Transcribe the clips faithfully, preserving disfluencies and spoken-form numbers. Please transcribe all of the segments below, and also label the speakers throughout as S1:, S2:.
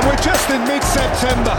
S1: we're just in mid-September.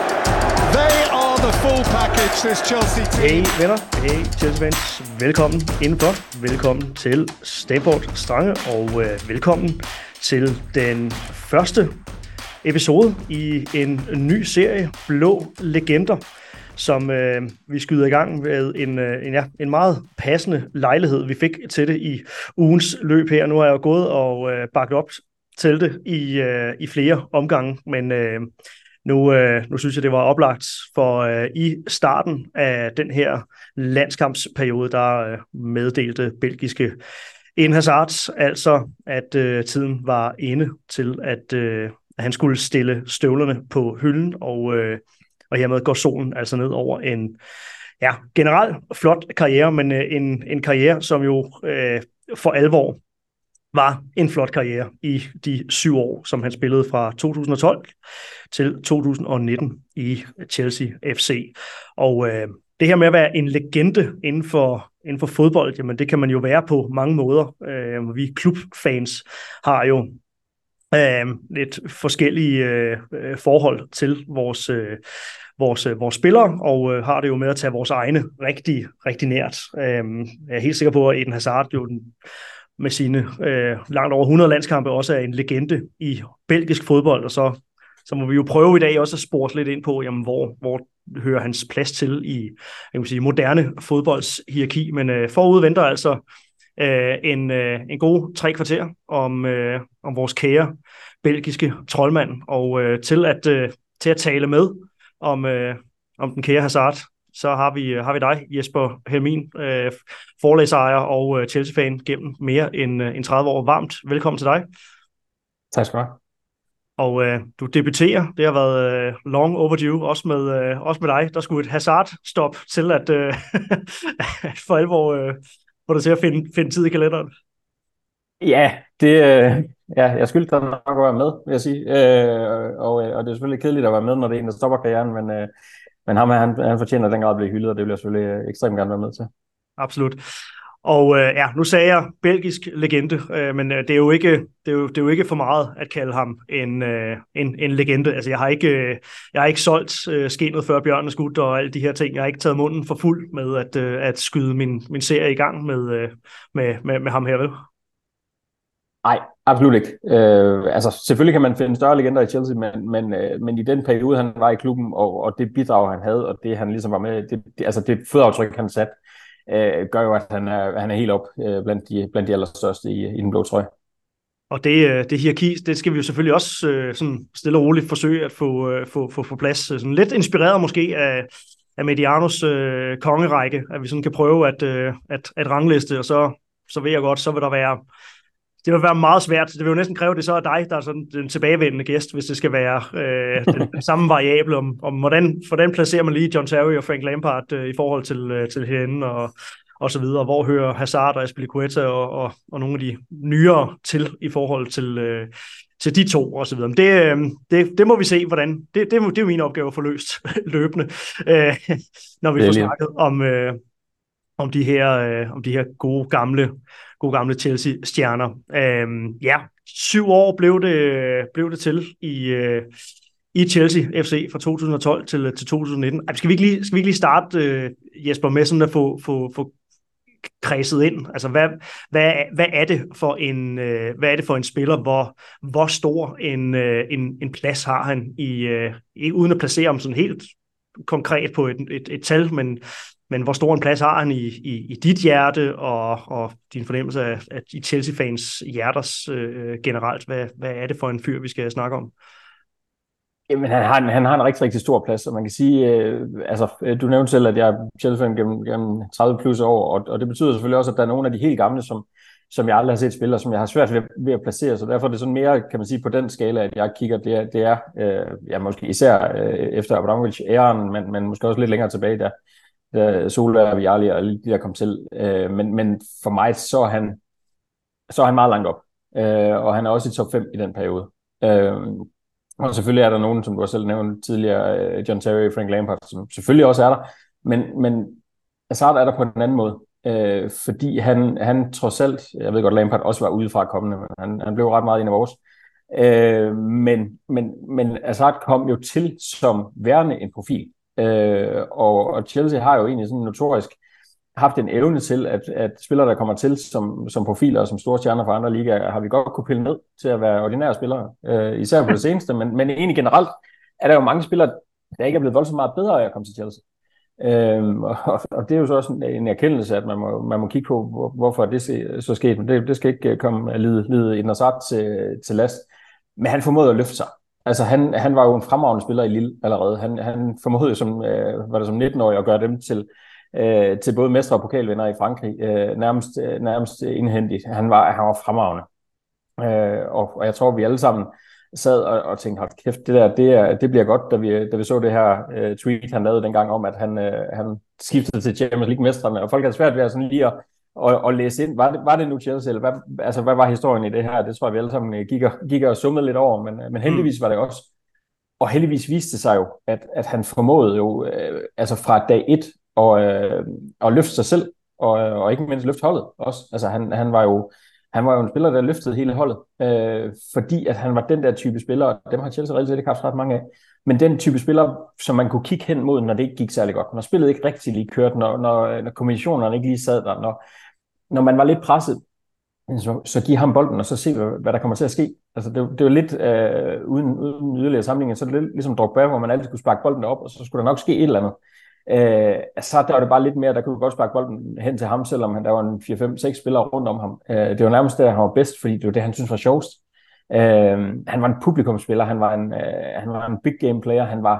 S1: They are the full package, this Chelsea team.
S2: Hey venner, hey Chelsea fans, velkommen indenfor, velkommen til Stamford Strange, og øh, velkommen til den første episode i en ny serie, Blå Legender, som øh, vi skyder i gang med en, øh, en, ja, en meget passende lejlighed, vi fik til det i ugens løb her. Nu har jeg jo gået og øh, bakket op til det i, øh, i flere omgange, men øh, nu, øh, nu synes jeg, det var oplagt, for øh, i starten af den her landskampsperiode, der øh, meddelte belgiske Eden Hazard altså, at øh, tiden var inde til, at, øh, at han skulle stille støvlerne på hylden, og, øh, og hermed går solen altså ned over en ja, generelt flot karriere, men øh, en, en karriere, som jo øh, for alvor var en flot karriere i de syv år, som han spillede fra to tusind og tolv til to tusind og nitten i Chelsea F C. Og øh, det her med at være en legende inden for, inden for fodbold, jamen det kan man jo være på mange måder. Øh, vi klubfans har jo øh, lidt forskellige øh, forhold til vores, øh, vores, øh, vores spillere, og øh, har det jo med at tage vores egne rigtig, rigtig nært. Øh, jeg er helt sikker på, at Eden Hazard jo den med sine øh, langt over hundrede landskampe også er en legende i belgisk fodbold, og så, så må vi jo prøve i dag også at spore lidt ind på, jamen, hvor, hvor hører hans plads til i jeg kan sige, moderne fodboldshierarki, men øh, forud venter altså øh, en, øh, en god tre kvarter om, øh, om vores kære belgiske troldmand, og øh, til, at, øh, til at tale med om, øh, om den kære Hazard, så har vi, har vi dig, Jesper Helmin, øh, forlægsejer og øh, Chelsea-fan gennem mere end, øh, end tredive år. Varmt velkommen til dig.
S3: Tak skal du have.
S2: Og øh, du debuterer, det har været øh, long overdue, også med, øh, også med dig. Der skulle et Hazard-stop til at øh, for alvor øh, få dig til at finde, finde tid i kalenderen.
S3: Ja, det, øh, ja jeg skyldte dig nok at være med, vil jeg sige. Øh, og, og det er selvfølgelig kedeligt at være med, når det er en, der stopper karrieren, men... Øh, Men ham, han, han fortjener den grad at blive hyldet, og det vil jeg selvfølgelig ekstremt gerne være med til.
S2: Absolut. Og øh, ja, nu sagde jeg belgisk legende, øh, men øh, det, er jo ikke, det, er jo, det er jo ikke for meget at kalde ham en, øh, en, en legende. Altså, jeg har ikke, øh, jeg har ikke solgt øh, skinnet før bjørnen er skudt og alle de her ting. Jeg har ikke taget munden for fuld med at, øh, at skyde min, min serie i gang med, øh, med, med, med ham her, vel?
S3: Nej, absolut ikke. Øh, altså, selvfølgelig kan man finde større legender i Chelsea, men, men, øh, men i den periode, han var i klubben, og, og det bidrag, han havde, og det, han ligesom var med, det, det, altså det fodaftryk, han sat, øh, gør jo, at han er, han er helt op øh, blandt, de, blandt de allerstørste i, i den blå trøje.
S2: Og det, det hierarki, det skal vi jo selvfølgelig også øh, sådan stille og roligt forsøge at få, øh, få, få, få plads. Sådan lidt inspireret måske af, af Medianos øh, kongerække, at vi sådan kan prøve at, øh, at, at rangliste, og så, så ved jeg godt, så vil der være det vil være meget svært. Det vil jo næsten kræve, at det så er dig, der er sådan den tilbagevendende gæst, hvis det skal være øh, den samme variable om, om hvordan, hvordan placerer man lige John Terry og Frank Lampard øh, i forhold til, øh, til hinanden og, og så videre. Hvor hører Hazard og Azpilicueta og, og, og nogle af de nyere til i forhold til, øh, til de to og så videre. Men det, øh, det, det må vi se, hvordan. Det, det, det er jo min opgave at få løst løbende, øh, når vi får snakket om, øh, om, de her, øh, om de her gode gamle gode gamle Chelsea-stjerner. Øhm, ja, syv år blev det, blev det til i, øh, i Chelsea F C fra to tusind og tolv til, til to tusind og nitten. Ej, skal, vi ikke lige, skal vi ikke lige starte, øh, Jesper, med sådan at få, få, få kredset ind? Altså, hvad, hvad, hvad, er det for en, øh, hvad er det for en spiller? Hvor, hvor stor en, øh, en, en plads har han i, øh, uden at placere ham sådan helt konkret på et, et, et tal, men Men hvor stor en plads har han i, i, i dit hjerte og, og din fornemmelse af, af i Chelsea-fans hjerters øh, generelt? Hvad, hvad er det for en fyr, vi skal snakke om?
S3: Jamen, han har, en, han har en rigtig, rigtig stor plads, og man kan sige, øh, altså, du nævnte selv, at jeg er Chelsea-fan gennem, gennem tredive plus år, og, og det betyder selvfølgelig også, at der er nogle af de helt gamle, som, som jeg aldrig har set spillere, som jeg har svært ved, ved at placere, så derfor er det sådan mere, kan man sige, på den skala, at jeg kigger, det er, det er øh, ja, måske især øh, efter Abramovich-æren, men, men måske også lidt længere tilbage der. Sola og Vialli og de der kom til, øh, men, men for mig så er han så er han meget langt op, øh, og han er også i top fem i den periode. Øh, og selvfølgelig er der nogen, som du har selv nævnt tidligere, John Terry, Frank Lampard, som selvfølgelig også er der, men, men Hazard er der på en anden måde, øh, fordi han, han trods alt, jeg ved godt, Lampard også var udefra kommende, men han, han blev ret meget en af vores, Øh, men, men, men Hazard kom jo til som værende en profil. Øh, og, og Chelsea har jo egentlig sådan notorisk haft en evne til, at, at spillere, der kommer til som, som profiler og som store stjerner fra andre ligaer, har vi godt kunne pille ned til at være ordinære spillere, øh, især på det seneste, men, men egentlig generelt er der jo mange spillere, der ikke er blevet voldsomt meget bedre af at komme til Chelsea. Øhm, og, og det er jo så også en, en erkendelse, at man må, man må kigge på, hvor, hvorfor det så skete, men det, det skal ikke komme at lide, lide Eden Hazard til, til last. Men han formåede at løfte sig. Altså han, han var jo en fremragende spiller i Lille allerede. Han, han formåede jo som, øh, var det som nitten-årig at gøre dem til Øh, til både mestre og pokalvinder i Frankrig, øh, nærmest, øh, nærmest indhentigt. Han var, han var fremragende. Øh, og, og jeg tror, vi alle sammen sad og, og tænkte, hold kæft, det der, det, er, det bliver godt, da vi, da vi så det her øh, tweet, han lavede dengang om, at han, øh, han skiftede til Champions League-mestrene, og folk havde svært ved at, sådan lige at, at, at læse ind. Var det, var det nu Chelsea, eller hvad, altså, hvad var historien i det her? Det tror jeg, vi alle sammen gik og, gik og summede lidt over, men, men heldigvis var det også. Og heldigvis viste det sig jo, at, at han formåede jo, øh, altså fra dag et, og, øh, og løfte sig selv, og, og ikke mindst løfte holdet også. Altså han, han, var jo, han var jo en spiller, der løftede hele holdet, øh, fordi at han var den der type spiller, og dem har Chelsea reelt set ikke haft ret mange af, men den type spiller, som man kunne kigge hen mod, når det ikke gik særlig godt, når spillet ikke rigtig lige kørte, når, når, når kombinationerne ikke lige sad der, når, når man var lidt presset, så, så giv ham bolden, og så se, hvad, hvad der kommer til at ske. Altså det, det var lidt, øh, uden, uden yderligere sammenligning, så er det lidt ligesom Drogba, hvor man altid skulle sparke bolden op, og så skulle der nok ske et eller andet. Øh, så der var det bare lidt mere, der kunne godt sparke bolden hen til ham, selvom han, der var en fire fem seks spillere rundt om ham. Øh, det var nærmest der, han var bedst, fordi det var det, han synes var sjovest. Øh, han var en publikumsspiller, han var en, øh, han var en big game player, han var,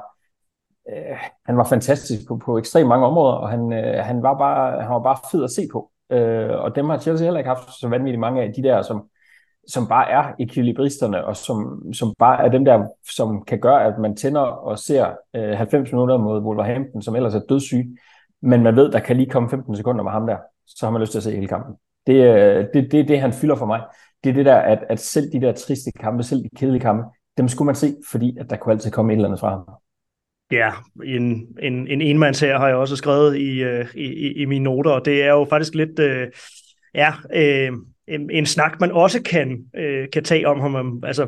S3: øh, han var fantastisk på, på ekstremt mange områder, og han, øh, han, var bare, han var bare fed at se på. Øh, og dem har Chelsea heller ikke haft så vanvittigt mange af de der, som, som bare er ekvilibristerne, og som, som bare er dem der, som kan gøre, at man tænder og ser øh, halvfems minutter mod Wolverhampton, som ellers er dødssyg, men man ved, der kan lige komme femten sekunder med ham der, så har man lyst til at se hele kampen. Det er det, det, det, han fylder for mig. Det er det der, at, at selv de der triste kampe, selv de kedelige kampe, dem skulle man se, fordi at der kunne altid komme et eller andet fra ham.
S2: Ja, en, en, en enmands her har jeg også skrevet i, i, i mine noter, og det er jo faktisk lidt, øh, ja, øh, en, en snak, man også kan, øh, kan tage om ham, altså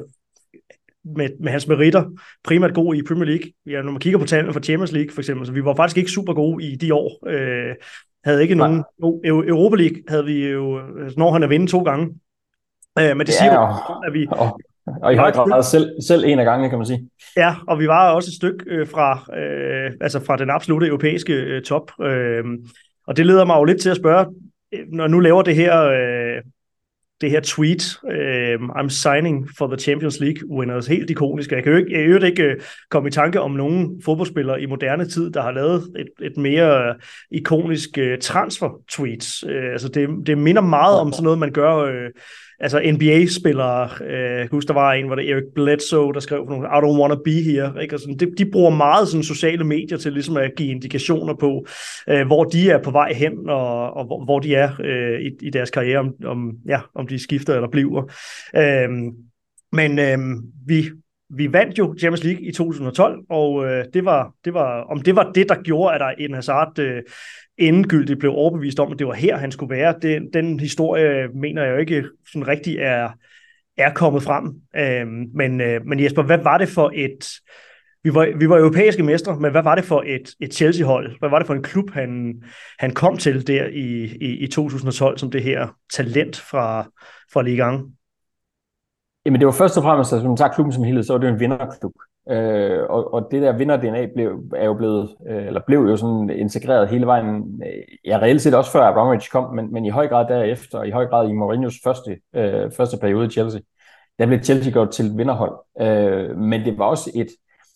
S2: med, med hans meritter, primært god i Premier League. Ja, når man kigger på tallene for Champions League for eksempel, så vi var faktisk ikke super gode i de år. Øh, havde ikke nogen, no, Europa League havde vi jo, når han er vinde to gange. Øh, men det, det siger jo, at vi...
S3: Og, og i høj grad selv, selv en af gangene, kan man sige.
S2: Ja, og vi var også et stykke øh, fra, øh, altså fra den absolutte europæiske øh, top. Øh, og det leder mig jo lidt til at spørge, når nu laver det her... Øh, det her tweet, uh, I'm signing for the Champions League winners, helt ikonisk. Jeg kan jo ikke, jeg kan ikke uh, komme i tanke om nogen fodboldspillere i moderne tid, der har lavet et, et mere uh, ikonisk uh, transfer-tweet. Uh, altså det, det minder meget om sådan noget, man gør, uh, altså N B A-spillere. Uh, jeg kan huske, der var en, hvor det Eric Bledsoe, der skrev for nogle, I don't wanna be here. Ikke? Og sådan, de, de bruger meget sådan, sociale medier til ligesom at give indikationer på, uh, hvor de er på vej hen, og, og hvor, hvor de er uh, i, i deres karriere, om, om, ja, om de skifter eller bliver. Øhm, men øhm, vi, vi vandt jo Champions League i to tusind og tolv, og øh, det var, det var, om det var det, der gjorde, at Eden Hazard øh, endegyldigt blev overbevist om, at det var her, han skulle være. Det, den historie mener jeg jo ikke sådan rigtig er, er kommet frem. Øhm, men, øh, men Jesper, hvad var det for et... Vi var, vi var europæiske mestre, men hvad var det for et, et Chelsea-hold? Hvad var det for en klub, han, han kom til der i, i, i to tusind og tolv, som det her talent fra, fra Ligue et?
S3: Jamen det var først og fremmest, at hvis man tager klubben som helhed, så var det en vinderklub. Øh, og, og det der vinder-D N A blev, er jo blevet, øh, eller blev jo sådan integreret hele vejen, ja reelt set også før Abramovich kom, men, men i høj grad derefter, og i høj grad i Mourinhos første, øh, første periode i Chelsea, der blev Chelsea gjort til vinderhold. Øh, men det var også et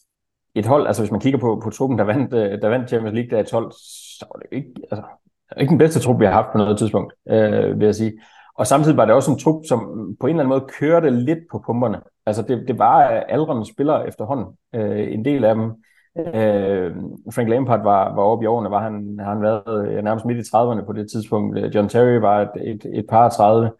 S3: Et hold, altså hvis man kigger på, på truppen, der vandt, der vandt Champions League der i tolv, så var det ikke, altså, ikke den bedste trup, vi har haft på noget tidspunkt, øh, vil jeg sige. Og samtidig var det også en trup, som på en eller anden måde kørte lidt på pumperne. Altså det, det var aldrende spillere efterhånden. Øh, en del af dem, øh, Frank Lampard var, var oppe i årene, var han, han været nærmest midt i trediverne på det tidspunkt. John Terry var et, et, et par af tredive.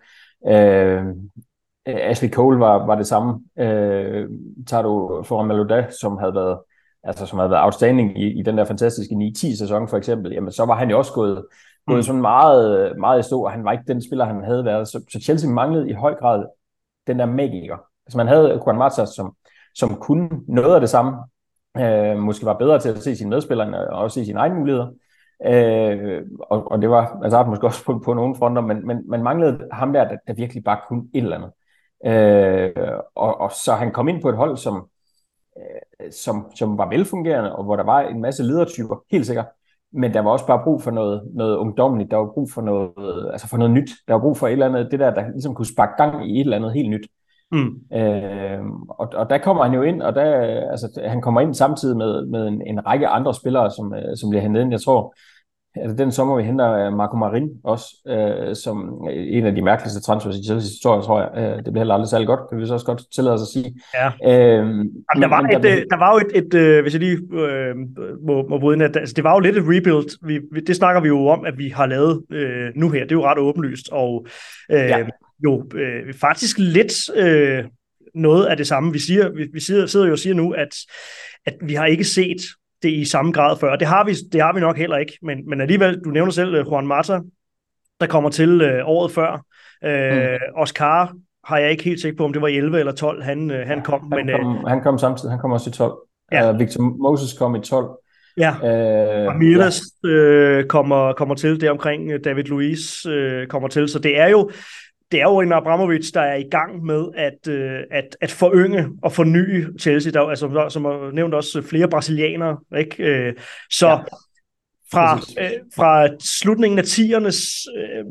S3: Øh, Ashley Cole var, var det samme. Øh, tager du Florent Malouda, som havde været, altså, som havde været outstanding i, i den der fantastiske ni ti sæson for eksempel, jamen så var han jo også gået, gået mm. sådan meget, meget i stå, og han var ikke den spiller, han havde været. Så, så Chelsea manglede i høj grad den der magiker, Altså man havde Juan Mata, som, som kunne noget af det samme, øh, måske var bedre til at se sine medspillere og også se sine egne muligheder. Øh, og, og det var altså måske også på, på nogle fronter, men, men man manglede ham der, der, der virkelig bare kunne et eller andet. Øh, og, og så han kom ind på et hold, som, øh, som, som var velfungerende, og hvor der var en masse ledertyper, helt sikkert. Men der var også bare brug for noget, noget ungdommeligt, der var brug for noget, altså for noget nyt, der var brug for et eller andet, det der, der ligesom kunne sparke gang i et eller andet helt nyt. Mm. Øh, og, og der kommer han jo ind, og der, altså, han kommer ind samtidig med, med en, en række andre spillere, som, som bliver hentet ind. Jeg tror, at den sommer vi henter Marco Marin også, øh, som en af de mærkeligste transfers i Chelsea's historie, tror jeg. Øh, det bliver heller aldrig særlig godt, kan vi så også godt tillade os at sige.
S2: Ja. Øh, Jamen, der, var men, et, der, der var jo et, et øh, hvis jeg lige øh, må, må bryde ind, at altså, det var jo lidt et rebuild. Vi, vi, det snakker vi jo om, at vi har lavet øh, nu her. Det er jo ret åbenlyst, og øh, ja. jo øh, faktisk lidt øh, noget af det samme. Vi, siger, vi, vi sidder, sidder jo og siger nu, at, at vi har ikke set det i samme grad før. Det har vi, det har vi nok heller ikke, men, men alligevel, du nævner selv uh, Juan Mata, der kommer til uh, året før. Uh, mm. Oscar har jeg ikke helt sikker på, om det var elleve eller tolv, han, uh, han kom.
S3: Han,
S2: men,
S3: kom uh, han kom samtidig, han kom også i tolv. Ja. Uh, Victor Moses kom i tolv.
S2: Ja, uh, og Miras ja. uh, kommer, kommer til, det omkring uh, David Luiz uh, kommer til, så det er jo Det er jo en Abramovich, der er i gang med at, øh, at, at forynge og forny Chelsea, der, altså, som har nævnt også flere brasilianere, ikke? Øh, så ja. fra, øh, fra slutningen af tiernes øh,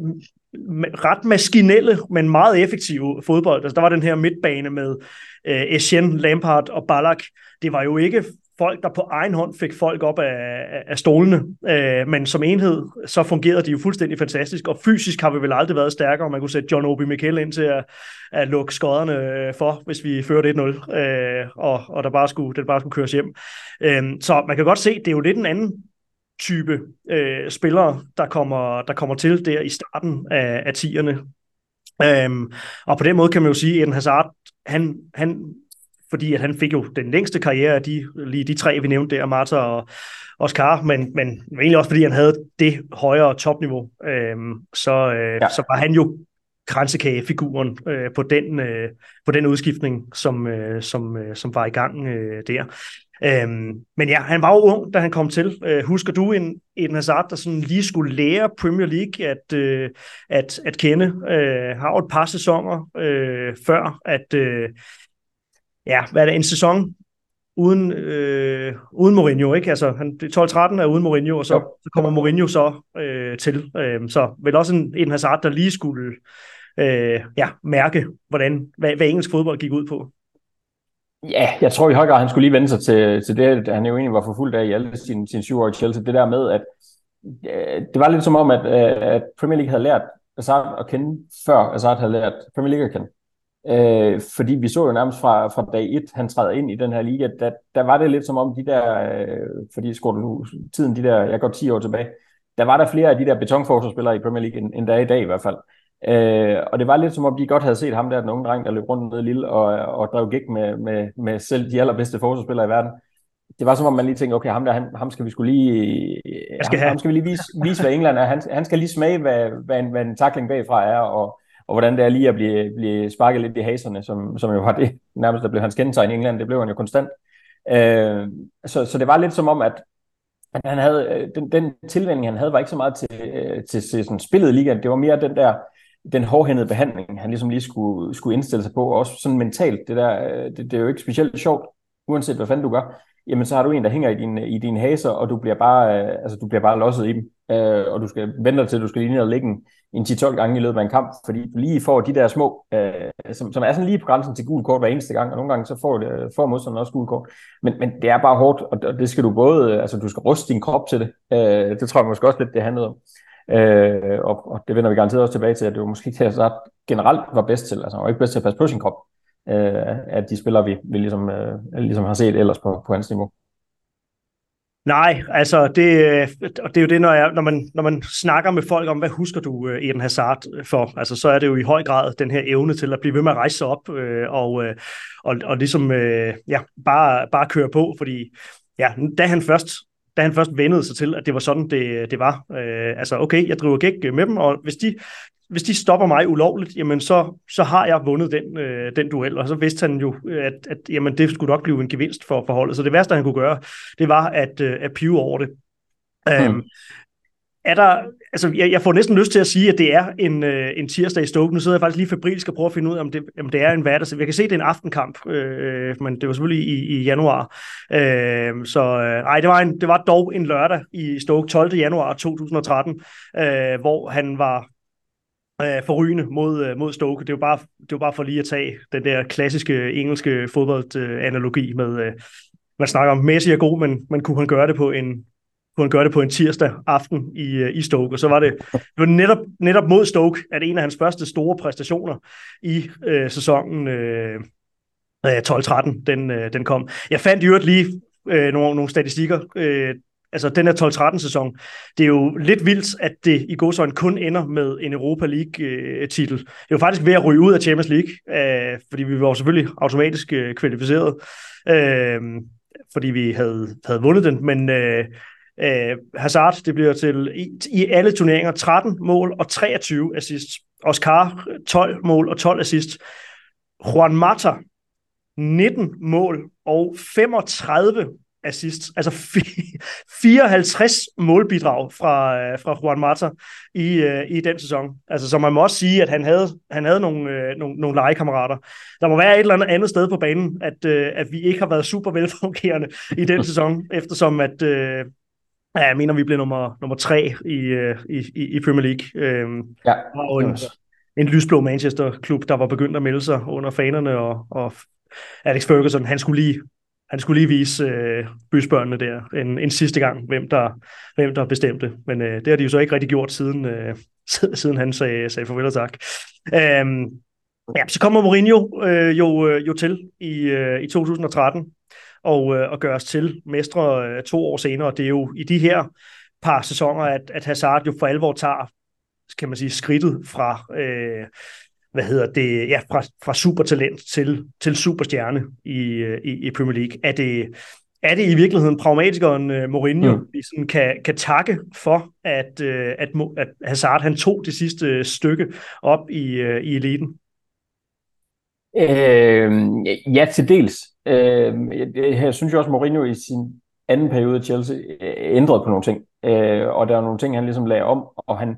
S2: ret maskinelle, men meget effektive fodbold, altså, der var den her midtbane med øh, Etienne, Lampard og Ballack. Det var jo ikke folk, der på egen hånd fik folk op af, af stolene, øh, men som enhed, så fungerede de jo fuldstændig fantastisk, og fysisk har vi vel aldrig været stærkere. Man kunne sætte John Obi Mikel ind til at, at lukke skodderne for, hvis vi førte et nul, øh, og, og der bare skulle, det bare skulle køres hjem. Øh, så man kan godt se, det er jo lidt en anden type øh, spillere, der kommer, der kommer til der i starten af, af tierne. Øh, og på den måde kan man jo sige, at Eden Hazard, han, han fordi at han fik jo den længste karriere af de, lige de tre, vi nævnte der, Mata og Oscar, men, men egentlig også fordi han havde det højere topniveau, øhm, så, øh, ja. så var han jo kransekagefiguren øh, på, den, øh, på den udskiftning, som, øh, som, øh, som var i gang øh, der. Øhm, men ja, han var jo ung, da han kom til. Øh, husker du en, en Hazard, der sådan lige skulle lære Premier League at, øh, at, at kende? Øh, har jo et par sæsoner øh, før, at øh, ja, hvad er det, en sæson uden, øh, uden Mourinho, ikke? Altså, han, tolv tretten er uden Mourinho, og så, så kommer Mourinho så øh, til. Øh, så vel også en, en Hazard, der lige skulle øh, ja, mærke, hvordan, hvad, hvad engelsk fodbold gik ud på.
S3: Ja, jeg tror i høj grad, han skulle lige vende sig til, til det, han jo egentlig var forfulgt af i alle sine, sine syv år i Chelsea. Det der med, at øh, det var lidt som om, at, at Premier League havde lært Hazard at kende, før Hazard havde lært Premier League at kende. Øh, fordi vi så jo nærmest fra, fra dag et, han træder ind i den her liga, der, der var det lidt som om de der, øh, fordi skår du nu tiden, de der, jeg går ti år tilbage, der var der flere af de der betonforsvarsspillere i Premier League, end, end der er i dag i hvert fald. Øh, og det var lidt som om de godt havde set ham der, den unge dreng, der løb rundt nede Lille og, og drev gæk med, med, med selv de allerbedste forsvarsspillere i verden. Det var som om man lige tænkte, okay, ham der, han, ham skal vi skulle lige, skal ham, ham skal vi lige vise, vise hvad England er. Han, han skal lige smage, hvad, hvad, en, hvad en tackling bagfra er, og og hvordan det er lige at blive, blive sparket lidt i haserne, som, som jo var det nærmest, der blev hans kendetegn i England, det blev han jo konstant. Øh, så, så det var lidt som om, at han havde, den, den tilvænning, han havde, var ikke så meget til, til, til sådan spillet i ligaen, det var mere den der, den hårdhændede behandling, han ligesom lige skulle, skulle indstille sig på, og også sådan mentalt, det der, det, det er jo ikke specielt sjovt, uanset hvad fanden du gør, jamen så har du en, der hænger i din, i dine haser, og du bliver bare, altså du bliver bare losset i dem, øh, og du skal vente til, at du skal lige ned og ligge en, en ti tolv gange i løbet af en kamp, fordi du lige får de der små, øh, som, som er sådan lige på grænsen til gul kort hver eneste gang, og nogle gange så får, det, får modstanderen også gul kort, men, men det er bare hårdt, og det skal du både, altså du skal ruste din krop til det, øh, det tror jeg måske også lidt, det handlede om, øh, og, og det vender vi garanteret også tilbage til, at det var måske ikke det, at generelt var bedst til, altså han var ikke bedst til at passe på sin krop, øh, at de spillere, vi, vi ligesom, øh, ligesom har set ellers på, på hans niveau.
S2: Nej, altså det, det er jo det, når, jeg, når, man, når man snakker med folk om, hvad husker du Eden Hazard for, altså så er det jo i høj grad den her evne til at blive ved med at rejse sig op øh, og, øh, og, og ligesom øh, ja, bare, bare køre på, fordi ja, da han først da han først vendede sig til, at det var sådan, det, det var. Øh, altså okay, jeg driver gæk med dem, og hvis de hvis de stopper mig ulovligt, jamen så, så har jeg vundet den, øh, den duel. Og så vidste han jo, at, at jamen, det skulle nok blive en gevinst for, for holdet. Så det værste, han kunne gøre, det var at, øh, at pive over det. Hmm. Um, er der, altså, jeg, jeg får næsten lyst til at sige, at det er en, øh, en tirsdag i Stoke. Nu sidder jeg faktisk lige febrilsk og prøver at finde ud af, om det, om det er en hverdag. Jeg kan se, at det er en aftenkamp, øh, men det var selvfølgelig i, i januar. Øh, så øh, ej, det var, en, det var dog en lørdag i Stoke, tolvte januar to tusind og tretten, øh, hvor han var øh, forrygende mod, øh, mod Stoke. Det var, bare, det var bare for lige at tage den der klassiske engelske fodboldanalogi med, øh, man snakker om, Messi er god, men, men kunne han gøre det på en kunne han gøre det på en tirsdag aften i, i Stoke, og så var det, det var netop, netop mod Stoke, at en af hans første store præstationer i øh, sæsonen øh, tolv tretten, den, øh, den kom. Jeg fandt i øvrigt lige øh, nogle, nogle statistikker. Øh, altså den her tolv tretten sæson, det er jo lidt vildt, at det i gåseøjne kun ender med en Europa League-titel. Det er jo faktisk ved at ryge ud af Champions League, øh, fordi vi var selvfølgelig automatisk øh, kvalificeret, øh, fordi vi havde, havde vundet den, men øh, Uh, Hazard, det bliver til i, i alle turneringer tretten mål og treogtyve assists. Oscar tolv mål og tolv assists. Juan Mata nitten mål og femogtredive assists. Altså fireoghalvtreds målbidrag fra, fra Juan Mata i, uh, i den sæson. Altså, så man må også sige, at han havde, han havde nogle, uh, nogle, nogle legekammerater. Der må være et eller andet andet sted på banen, at, uh, at vi ikke har været super velfungerende i den sæson, eftersom at uh, ja, jeg mener, vi blev nummer, nummer tre i, i, i Premier League. Øhm,
S3: ja.
S2: Og en, en lysblå Manchester-klub, der var begyndt at melde sig under fanerne, og, og Alex Ferguson, han skulle lige, han skulle lige vise øh, bysbørnene der en, en sidste gang, hvem der, hvem der bestemte. Men øh, det har de jo så ikke rigtig gjort, siden, øh, siden han sagde, sagde farvel og tak. Øhm, ja, så kommer Mourinho øh, jo, øh, jo til i, øh, i to tusind og tretten, og, øh, og gøre os til mestre øh, to år senere. Det er jo i de her par sæsoner, at, at Hazard jo for alvor tager, kan man sige, skridtet fra, øh, hvad hedder det, ja, fra, fra supertalent til, til superstjerne i, i, i Premier League. Er det, er det i virkeligheden pragmatikeren øh, Mourinho, mm. vi sådan kan, kan takke for, at, øh, at, at Hazard han tog det sidste stykke op i, øh, i eliten?
S3: Øh, ja, til dels. Øh, jeg, jeg synes jo også, Mourinho i sin anden periode i Chelsea ændrede på nogle ting. Øh, og der er nogle ting, han ligesom lagde om, og han,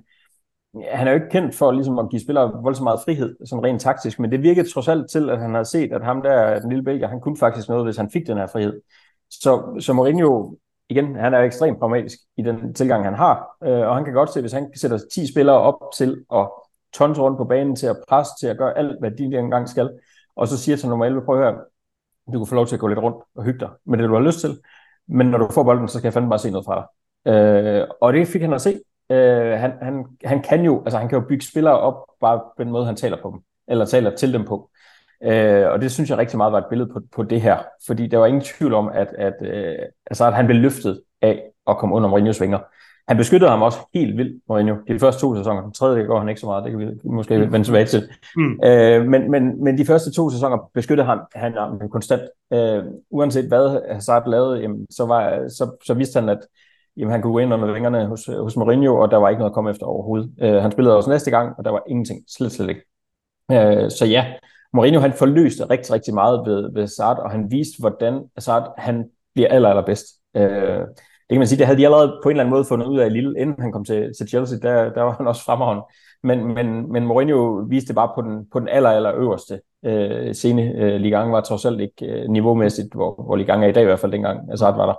S3: han er jo ikke kendt for ligesom at give spillere voldsomt meget frihed, sådan rent taktisk, men det virkede trods alt til, at han havde set, at ham der, den lille belgier, han kunne faktisk noget, hvis han fik den her frihed. Så, så Mourinho, igen, han er jo ekstremt pragmatisk i den tilgang, han har, øh, og han kan godt se, hvis han sætter ti spillere op til at tonse rundt på banen, til at presse, til at gøre alt, hvad de engang skal, og så siger til nummer elleve, prøv at høre, du kan få lov til at gå lidt rundt og hygge dig med det, du har lyst til, men når du får bolden, så skal jeg fandme bare se noget fra dig. Øh, og det fik han at se. Øh, han, han, han kan jo, altså han kan jo bygge spillere op bare på den måde, han taler på dem, eller taler til dem på. Øh, og det synes jeg rigtig meget var et billede på, på det her, fordi der var ingen tvivl om, at, at, øh, altså, at han blev løftet af at komme under Mourinhos vinger. Han beskyttede ham også helt vildt, Mourinho, de første to sæsoner. Den tredje går han ikke så meget, det kan vi måske vende tilbage til. Mm. Øh, men, men, men de første to sæsoner beskyttede han, han ham konstant. Øh, uanset hvad Hazard lavede, jamen, så, var, så, så vidste han, at jamen, han kunne gå ind under vingerne hos, hos Mourinho, og der var ikke noget at komme efter overhovedet. Øh, han spillede også næste gang, og der var ingenting, slet slet ikke. Øh, så ja, Mourinho han forløste rigtig, rigtig meget ved, ved Hazard, og han viste, hvordan Hazard han bliver aller, allerbedst. Øh, det kan man sige, det havde de allerede på en eller anden måde fundet ud af i Lille, inden han kom til, til Chelsea, der, der var han også fremragende. Men, men, men Mourinho viste det bare på den, på den aller, aller øverste øh, scene. Øh, Ligaen var trods alt ikke øh, niveaumæssigt, hvor, hvor Ligaen er i dag i hvert fald, dengang Hazard var der.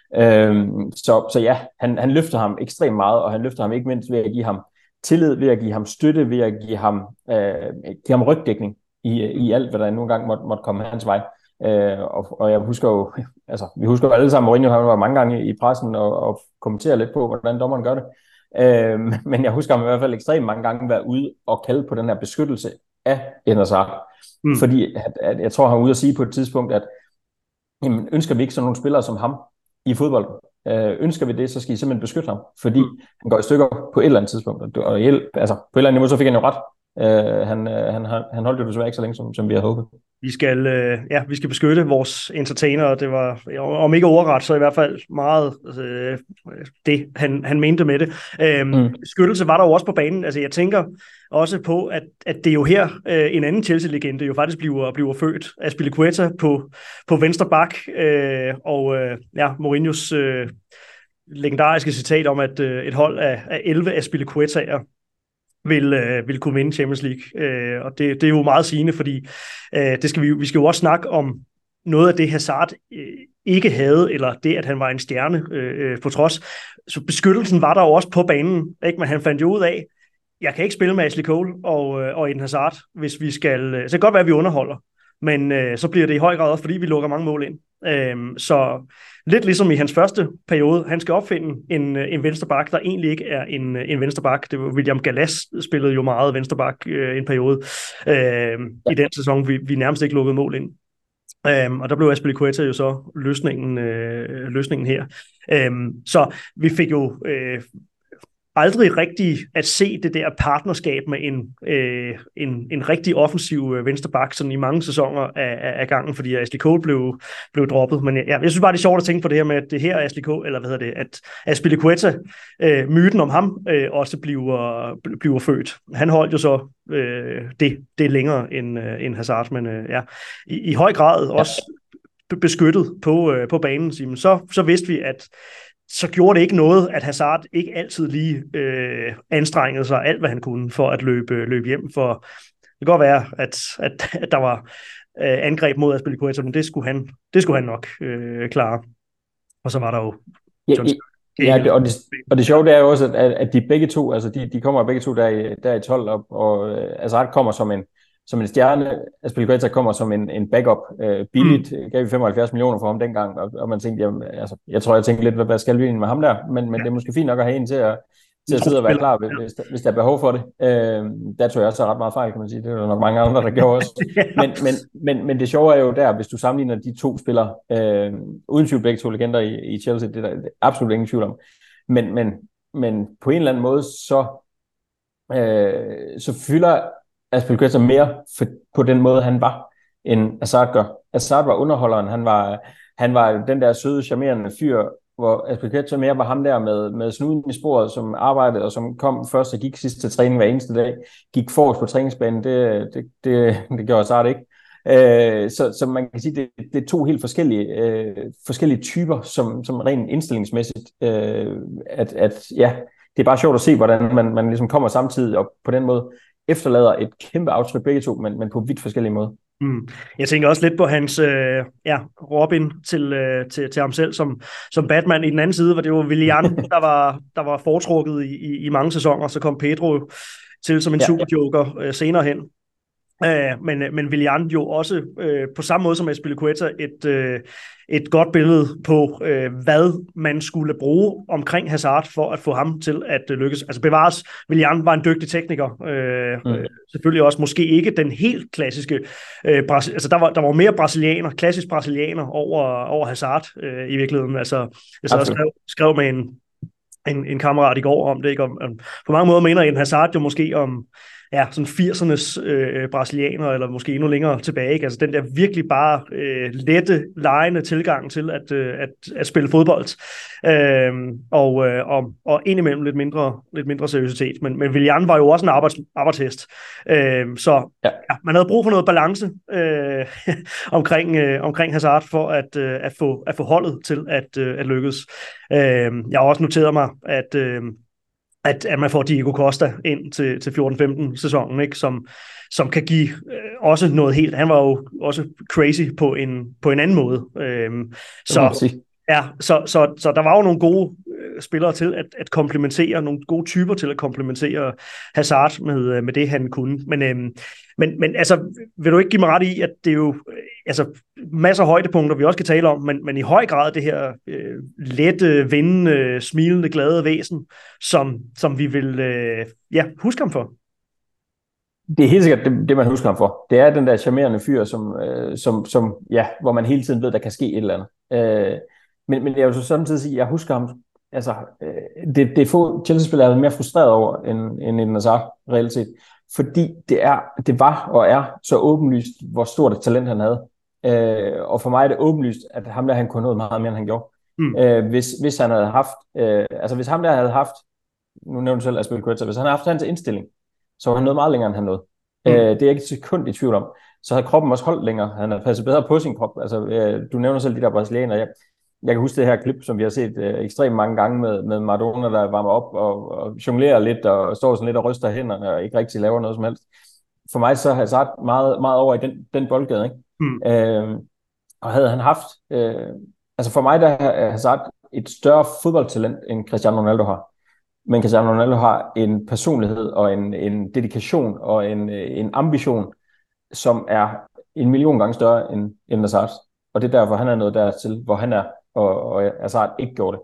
S3: Øhm, så, så ja, han, han løfter ham ekstremt meget, og han løfter ham ikke mindst ved at give ham tillid, ved at give ham støtte, ved at give ham, øh, give ham rygdækning i, i alt, hvad der nogle gange måtte, måtte komme hans vej. Øh, og, og jeg husker jo, altså vi husker jo alle sammen, Mourinho han var mange gange i pressen og, og kommenterer lidt på, hvordan dommeren gør det. Øh, men jeg husker ham i hvert fald ekstremt mange gange være ude og kalde på den her beskyttelse af Hazard. Mm. Fordi at, at jeg tror, han var ude at sige på et tidspunkt, at jamen, ønsker vi ikke sådan nogle spillere som ham i fodbold. Øh, ønsker vi det, så skal I simpelthen beskytte ham, fordi mm. han går i stykker på et eller andet tidspunkt. Og hjælp, altså, på et eller andet niveau, så fik han jo ret. Uh, han, uh, han, han holdt jo desværre ikke så længe, som, som vi havde håbet.
S2: Vi skal, øh, ja, vi skal beskytte vores entertainer, det var, om ikke overret, så i hvert fald meget øh, det, han, han mente med det. Øhm, mm. Beskyttelse var der jo også på banen. Altså, jeg tænker også på, at, at det er jo her øh, en anden Chelsea-legende jo faktisk bliver, bliver født. Azpilicueta på, på venstre bak, øh, og øh, ja, Mourinhos øh, legendariske citat om, at øh, et hold af, af elleve Azpilicuetaer vil, øh, vil kunne vinde Champions League. Øh, og det, det er jo meget sigende, fordi øh, det skal vi, vi skal jo også snakke om noget af det, Hazard øh, ikke havde, eller det, at han var en stjerne øh, på trods. Så beskyttelsen var der jo også på banen, ikke? Men han fandt jo ud af, jeg kan ikke spille med Ashley Cole og, øh, og Eden Hazard, hvis vi skal... Så det kan godt være, at vi underholder, men øh, så bliver det i høj grad også, fordi vi lukker mange mål ind. Øh, så lidt ligesom i hans første periode, han skal opfinde en, en venstreback, der egentlig ikke er en, en venstreback. Det var William Gallas spillede jo meget venstreback øh, en periode øh, i den sæson, vi, vi nærmest ikke lukkede mål ind. Um, og der blev Azpilicueta jo så løsningen, øh, løsningen her. Um, så vi fik jo øh, aldrig rigtig at se det der partnerskab med en, øh, en, en rigtig offensiv øh, venstreback sådan i mange sæsoner af, af, af gangen, fordi Ashley Cole blev, blev droppet. Men ja, jeg synes bare, det er sjovt at tænke på det her med, at det her Ashley Cole, eller hvad hedder det, at Azpilicueta, øh, myten om ham, øh, også bliver, bliver født. Han holdt jo så øh, det, det længere end, øh, end Hazard, men øh, ja, i, i høj grad også beskyttet på, øh, på banen. Så, så vidste vi, at så gjorde det ikke noget, at Hazard ikke altid lige øh, anstrengede sig alt, hvad han kunne for at løbe, løbe hjem. For det kan godt være, at, at, at der var øh, angreb mod Azpilicueta, men det skulle han, det skulle han nok øh, klare. Og så var der jo...
S3: Ja, ja det, og, det, og det sjove det er jo også, at, at de begge to, altså de, de kommer begge to der i, der i tolv op, og øh, Hazard kommer som en, som en stjerne, Azpilicueta kommer som en, en backup. Øh, billigt mm. gav vi femoghalvfjerds millioner for ham dengang, og, og man tænkte, jamen, altså, jeg tror, jeg tænkte lidt, hvad, hvad skal vi egentlig med ham der? Men, men ja. Det er måske fint nok at have en til at, til at sidde og være klar, hvis, hvis der er behov for det. Øh, der tror jeg også ret meget fejl, kan man sige. Det er der nok mange andre, der gjorde også. Men, men, men, men det sjove er jo der, hvis du sammenligner de to spillere, øh, uden tvivl begge to legender i, i Chelsea, det er der absolut ingen tvivl om. Men, men, men på en eller anden måde, så, øh, så fylder Azpilicueta mere for, på den måde, han var, end Hazard gør. Hazard var underholderen, han var, han var den der søde, charmerende fyr, hvor Azpilicueta mere var ham der med, med snuden i sporet, som arbejdede, og som kom først og gik sidst til træning hver eneste dag, gik forrest på træningsbanen, det, det, det, det gjorde Hazard ikke. Øh, så, så man kan sige, det, det er to helt forskellige, øh, forskellige typer, som, som rent indstillingsmæssigt, øh, at, at ja, det er bare sjovt at se, hvordan man, man ligesom kommer samtidig, og på den måde efterlader et kæmpe aftryk begge to, men, men på vidt forskellige måder.
S2: Mm. Jeg tænker også lidt på hans øh, ja, Robin til, øh, til, til ham selv som, som Batman. I den anden side var det jo Willian, der var, der var foretrukket i, i, i mange sæsoner. Så kom Pedro til som en ja, superjoker øh, senere hen. Uh, men, men Willian jo også uh, på samme måde som Azpilicueta et, uh, et godt billede på, uh, hvad man skulle bruge omkring Hazard for at få ham til at uh, lykkes. Altså bevares, Willian var en dygtig tekniker. Uh, mm. uh, selvfølgelig også måske ikke den helt klassiske. Uh, Brasi- altså der var, der var mere brasilianer, klassisk brasilianer over, over Hazard uh, i virkeligheden. Altså jeg så skrev, skrev med en, en, en kammerat i går om det. Ikke? Om, om, på mange måder mener en Hazard jo måske om ja, sådan firsernes øh, brasilianer, eller måske endnu længere tilbage, ikke? Altså den der virkelig bare øh, lette, legende tilgang til at, øh, at, at spille fodbold, øh, og, øh, og, og indimellem lidt mindre, lidt mindre seriøsitet, men, men Willian var jo også en arbejds, arbejdshest, øh, så ja. Ja, man havde brug for noget balance øh, omkring, øh, omkring Hazard, for at, øh, at, få, at få holdet til at, øh, at lykkes. Øh, jeg har også noteret mig, at øh, At, at man får Diego Costa ind til, til fjorten femten sæsonen, ikke? Som, som kan give øh, også noget helt. Han var jo også crazy på en, på en anden måde. Øhm, så, ja, så, så, så der var jo nogle gode øh, spillere til at, at komplementere, nogle gode typer til at komplementere Hazard med, med det, han kunne. Men, øhm, men, men altså, vil du ikke give mig ret i, at det er jo øh, altså, masser af højdepunkter, vi også kan tale om, men, men i høj grad det her øh, lette, vindende, smilende, glade væsen, som, som vi vil øh, ja, huske ham for.
S3: Det er helt sikkert det, det, man husker ham for. Det er den der charmerende fyr, som, øh, som, som, ja, hvor man hele tiden ved, der kan ske et eller andet. Øh, men, men jeg vil så samtidig sige, at jeg husker ham, altså, øh, det, det er få Chelsea-spillere, jeg er mere frustreret over, end, end en Hazard, reelt set. fordi det, er, det var og er så åbenlyst, hvor stort et talent han havde. Øh, og for mig er det åbenlyst, at ham der, han kunne noget meget mere, end han gjorde. Mm. Øh, hvis, hvis han havde haft, øh, altså hvis ham der havde haft, nu nævner du selv Azpilicueta, hvis han havde haft hans indstilling, så var han noget meget længere, end han nåede. Mm. Øh, det er jeg ikke et sekund i tvivl om. Så havde kroppen også holdt længere. Han havde passet bedre på sin krop. Altså, øh, du nævner selv de der brasilianere. Jeg, jeg kan huske det her klip, som vi har set øh, ekstremt mange gange med, med Maradona, der varmer op og, og jonglerer lidt og står sådan lidt og ryster hænderne og ikke rigtig laver noget som helst. For mig så har Hazard meget, meget over i den, den boldgade, ikke? Mm. Øh, og havde han haft... Øh, altså for mig der er Hazard et større fodboldtalent, end Cristiano Ronaldo har. Men Cristiano Ronaldo har en personlighed og en, en dedikation og en, en ambition, som er en million gange større end, end Hazard. Og det er derfor, han er nået dertil, hvor han er, og, og Hazard ikke gjorde det.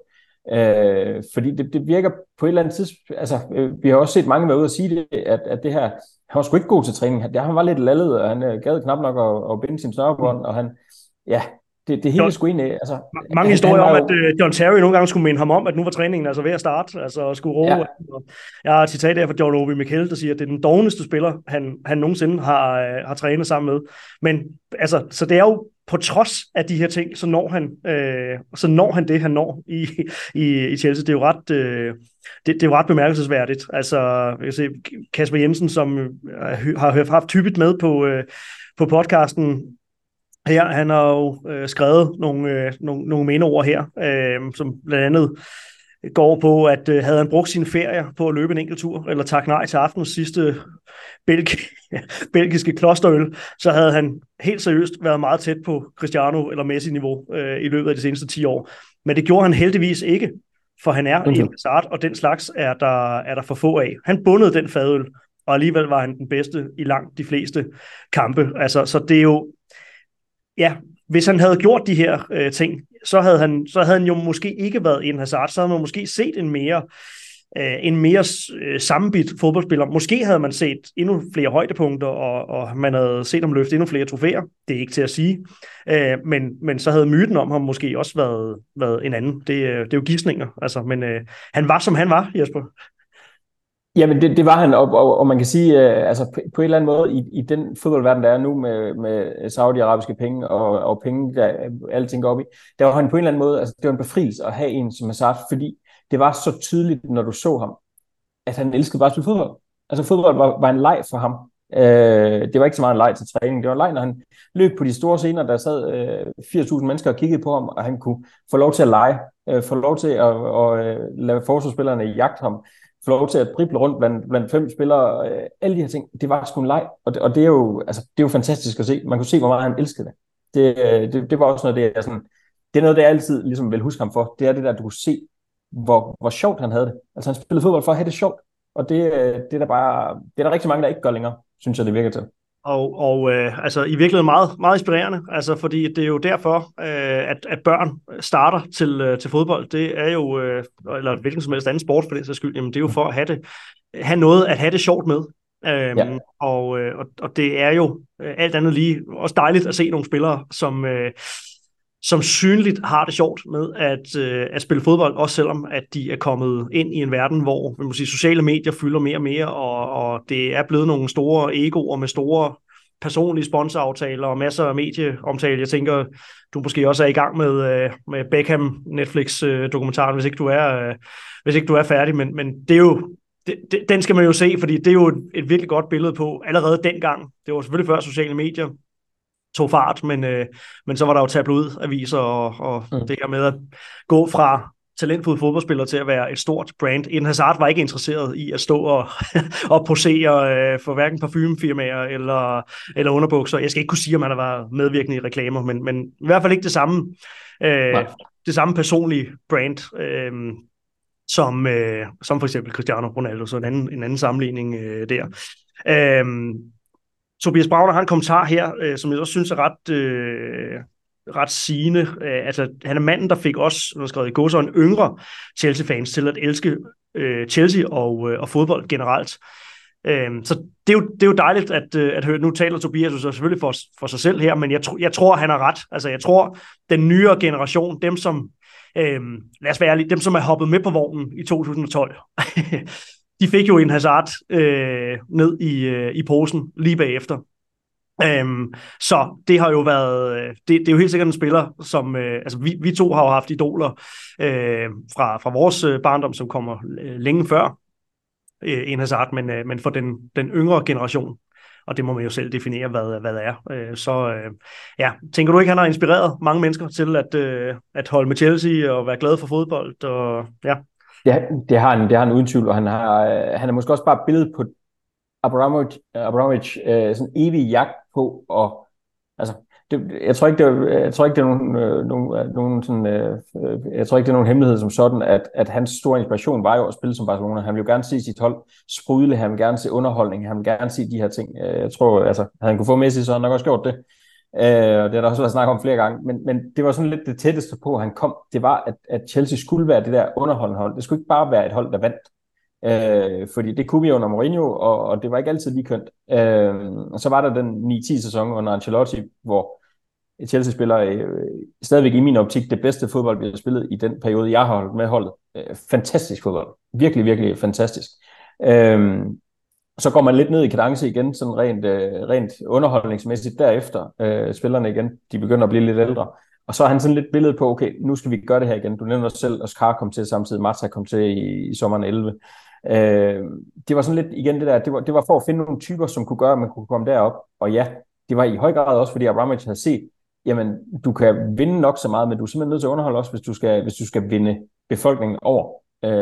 S3: Øh, fordi det, det virker på et eller andet tidspunkt, altså øh, vi har også set mange være ude og sige det, at, at det her, han var sgu ikke god til træning. Han, han var lidt lallet, og han øh, gad knap nok at, at binde sin snørebånd, og han, ja, det, det hele skulle ind i. Altså,
S2: mange han, historier han om, jo... at uh, John Terry nogle gange skulle minde ham om, at nu var træningen altså ved at starte, altså skulle roe. Ja. Jeg har et citat her fra John Obi Mikel, der siger, at det er den dogneste spiller, han, han nogensinde har, uh, har trænet sammen med. Men altså, så det er jo på trods af de her ting, så når han, øh, så når han det, han når i, i, i Chelsea. Det er jo ret, øh, det, det er jo ret bemærkelsesværdigt. Altså, jeg kan se, Kasper Jensen, som øh, har haft typet med på, øh, på podcasten her, han har jo øh, skrevet nogle, øh, nogle, nogle meneord her, øh, som blandt andet går på, at øh, havde han brugt sine ferier på at løbe en enkelt tur, eller tak nej til aftens sidste belg- belgiske klosterøl, så havde han helt seriøst været meget tæt på Cristiano eller Messi-niveau øh, i løbet af de seneste ti år. Men det gjorde han heldigvis ikke, for han er okay. en Hazard, og den slags er der, er der for få af. Han bundede den fadøl, og alligevel var han den bedste i langt de fleste kampe. Altså, så det er jo, ja, hvis han havde gjort de her øh, ting, så havde, han, så havde han jo måske ikke været en Hazard, så havde man måske set en mere, øh, en mere øh, sammenbit fodboldspiller. Måske havde man set endnu flere højdepunkter, og, og man havde set ham løfte endnu flere trofæer. Det er ikke til at sige. Øh, men, men så havde myten om ham måske også været, været en anden. Det, det er jo gidsninger. Altså, men øh, han var, som han var, Jesper.
S3: Jamen, det, det var han, og, og, og man kan sige, øh, altså på, på en eller anden måde, i, i den fodboldverden, der er nu med, med saudiarabiske penge og, og penge, der alting går op i, der var han på en eller anden måde, altså det var en befrielse at have en som Hazard, fordi det var så tydeligt, når du så ham, at han elskede bare at spille fodbold. Altså fodbold var, var en leg for ham. Øh, det var ikke så meget en leg til træning, det var en leg, når han løb på de store scener, der sad øh, firs tusind mennesker og kiggede på ham, og han kunne få lov til at lege, øh, få lov til at og, øh, lade forsvarsspillerne jagte ham, få lov til at drible rundt blandt, blandt fem spillere, øh, alle de her ting, det var sgu en leg, og det, og det er jo, altså, det er jo fantastisk at se. Man kunne se, hvor meget han elskede det. Det, det, det var også noget, det er sådan, det er noget, det jeg altid ligesom vil huske ham for. Det er det der, du kunne se, hvor, hvor sjovt han havde det. Altså han spillede fodbold for at have det sjovt, og det, det er der bare, det er der rigtig mange, der ikke gør længere, synes jeg, det virker til.
S2: Og, og øh, altså i virkeligheden meget, meget inspirerende, altså fordi det er jo derfor, øh, at, at børn starter til, øh, til fodbold. Det er jo, øh, eller hvilken som helst anden sport for den sags skyld, jamen det er jo for at have, det, have noget at have det sjovt med. Øhm, ja. og, øh, og, og det er jo øh, alt andet lige også dejligt at se nogle spillere, som, øh, som synligt har det sjovt med at, øh, at spille fodbold, også selvom at de er kommet ind i en verden, hvor man må sige, sociale medier fylder mere og mere, og, og det er blevet nogle store egoer med store personlige sponsoraftaler og masser af medieomtale. Jeg tænker, du måske også er i gang med, øh, med Beckham Netflix-dokumentaren, hvis ikke du er, øh, hvis ikke du er færdig, men, men det er jo det, det, den skal man jo se, fordi det er jo et, et virkelig godt billede på allerede dengang. Det var selvfølgelig før sociale medier tog fart, men, øh, men så var der jo tabloidaviser og, og mm. det her med at gå fra talentfulde fodboldspillere til at være et stort brand. Eden Hazard var ikke interesseret i at stå og, og posere øh, for hverken parfumefirmaer eller, eller underbukser. Jeg skal ikke kunne sige, om han har været medvirkende i reklamer, men, men i hvert fald ikke det samme, øh, det samme personlige brand, øh, som, øh, som for eksempel Cristiano Ronaldo, så en anden, en anden sammenligning øh, der. Øh, Tobias Brauner har en kommentar her, øh, som jeg også synes er ret, øh, ret sigende. Øh, altså, han er manden, der fik os, nu har skrevet i gåsøjne, yngre Chelsea-fans til at elske øh, Chelsea og, øh, og fodbold generelt. Øh, så det er, jo, det er jo dejligt at, øh, at høre. Nu taler Tobias så selvfølgelig for, for sig selv her, men jeg, tro, jeg tror, han har ret. Altså, jeg tror, den nyere generation, dem som, øh, lad os være ærlige, dem som er hoppet med på vognen i to tusind og tolv, de fik jo en Hazard øh, ned i, øh, i posen lige bagefter. Øhm, så det har jo været, det, det er jo helt sikkert en spiller, som, øh, altså vi, vi to har jo haft idoler øh, fra, fra vores barndom, som kommer øh, længe før øh, en Hazard, men, øh, men for den, den yngre generation, og det må man jo selv definere, hvad, hvad det er. Øh, så øh, ja, tænker du ikke, han har inspireret mange mennesker til at, øh, at holde med Chelsea og være glad for fodbold? Og, ja.
S3: Det, det, har han, det har han uden tvivl, og han, har, han er måske også bare billedet på Abramovich, Abramovich øh, sådan evig jagt på, og altså, det, jeg tror ikke, det, jeg tror ikke, det er nogen, øh, nogen, nogen sådan, øh, jeg tror ikke, det er nogen hemmelighed som sådan, at, at hans store inspiration var jo at spille som Barcelona. Han ville jo gerne se sit hold sprudle, han ville gerne se underholdning, han ville gerne se de her ting. Jeg tror, altså, havde han kunne få Messi, så havde han nok også gjort det. Øh, og det har der også været snakket om flere gange, men, men det var sådan lidt det tætteste på, at han kom, det var, at, at Chelsea skulle være det der underholdende hold. Det skulle ikke bare være et hold, der vandt. Øh, fordi det kunne vi under Mourinho, og, og det var ikke altid lige kønt. Øh, og så var der den ni ti sæson under Ancelotti, hvor Chelsea spiller øh, stadigvæk i min optik det bedste fodbold, vi har spillet i den periode, jeg har holdt med holdet. Øh, fantastisk fodbold. Virkelig, virkelig fantastisk. Øh, så går man lidt ned i kadence igen, sådan rent, øh, rent underholdningsmæssigt derefter. Øh, spillerne igen, de begynder at blive lidt ældre. Og så har han sådan lidt billede på, okay, nu skal vi gøre det her igen. Du nævner selv, Oscar kom til samtidig, Marta kom til i, i sommeren elleve. Øh, det var sådan lidt igen det der, det var, det var for at finde nogle typer, som kunne gøre, at man kunne komme derop. Og ja, det var i høj grad også, fordi Abramovich havde set, jamen, du kan vinde nok så meget, men du er simpelthen nødt til at underholde også, hvis du skal, hvis du skal vinde befolkningen over.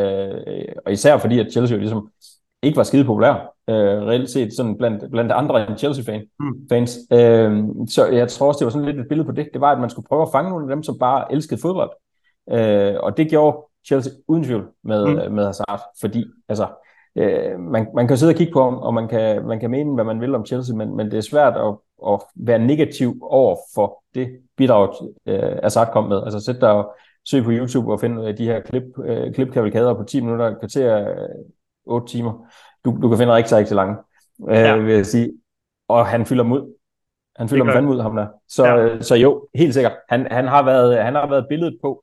S3: Øh, og især fordi, at Chelsea jo ligesom ikke var skide populær, øh, reelt set sådan blandt, blandt andre end Chelsea-fans. Mm. Fans. Øh, så jeg tror også, det var sådan lidt et billede på det. Det var, at man skulle prøve at fange nogle af dem, som bare elskede fodbold. Øh, og det gjorde Chelsea uden tvivl med, mm. med Hazard, fordi altså, øh, man, man kan sidde og kigge på ham, og man kan, man kan mene, hvad man vil om Chelsea, men, men det er svært at, at være negativ over for det bidrag, øh, Hazard kom med. Altså sæt dig og søg på YouTube og finde de her klip, øh, klipkavalkader på ti minutter, kvarter, øh, otte timer. Du, du kan finde rigtig, rigtig lange, øh, ja. vil jeg sige. Og han fylder dem ud. Han fylder dem fandme ud, ham der. Så, ja. øh, så jo, helt sikkert. Han, han, har været, han har været billedet på,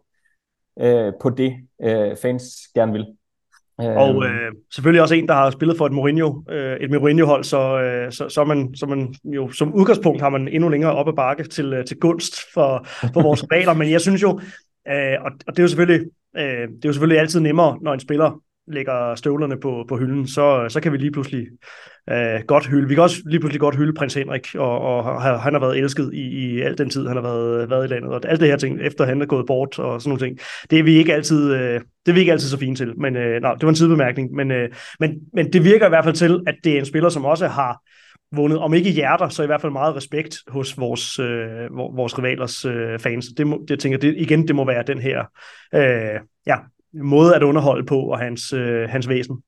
S3: øh, på det, øh, fans gerne vil.
S2: Og øh, selvfølgelig også en, der har spillet for et Mourinho, øh, et Mourinho-hold, så, øh, så, så, man, så man jo som udgangspunkt har man endnu længere op ad bakke til, til gunst for, for vores regler. Men jeg synes jo, øh, og, og det er jo selvfølgelig, øh, det er jo selvfølgelig altid nemmere, når en spiller lægger støvlerne på, på hylden, så, så kan vi lige pludselig øh, godt hylde. Vi kan også lige pludselig godt hylde prins Henrik, og, og han har været elsket i, i al den tid, han har været, været i landet, og alt det her ting, efter han er gået bort, og sådan nogle ting. Det er vi ikke altid, øh, det er vi ikke altid så fine til, men øh, nej, det var en sidebemærkning, men, øh, men, men det virker i hvert fald til, at det er en spiller, som også har vundet, om ikke hjerter, så i hvert fald meget respekt hos vores, øh, vores rivalers øh, fans. Det, må, det tænker det, igen, det må være den her, øh, ja, måde at underholde på, og hans, øh, hans væsen.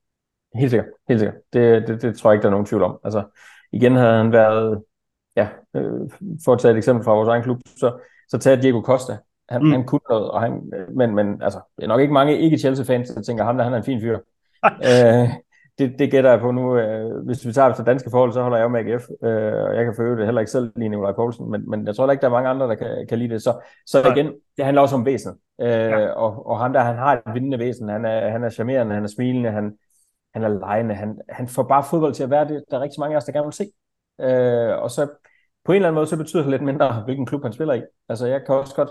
S3: Helt sikkert, helt sikkert. Det, det, det tror jeg ikke, der er nogen tvivl om. Altså, igen havde han været, ja, øh, for at tage et eksempel fra vores egen klub, så, så tager Diego Costa. Han, mm. han kunne noget, og han, men, men altså, det er nok ikke mange ikke-Chelsea-fans, der tænker, ham der, han er en fin fyr. øh, det, det gætter jeg på nu. Øh, hvis vi tager efter danske forhold, så holder jeg jo med A G F, øh, og jeg kan forøge det heller ikke selv lige Nikolaj Poulsen, men, men jeg tror ikke, der er mange andre, der kan, kan lide det. Så, så igen, det handler også om væsenet. Øh, ja. og, og ham der, han har et vindende væsen. Han er, han er charmerende, han er smilende, han, han er legende. Han, han får bare fodbold til at være det, der er rigtig mange af os, der gerne vil se. Øh, og så på en eller anden måde, så betyder det lidt mindre, hvilken klub han spiller i. Altså jeg kan også godt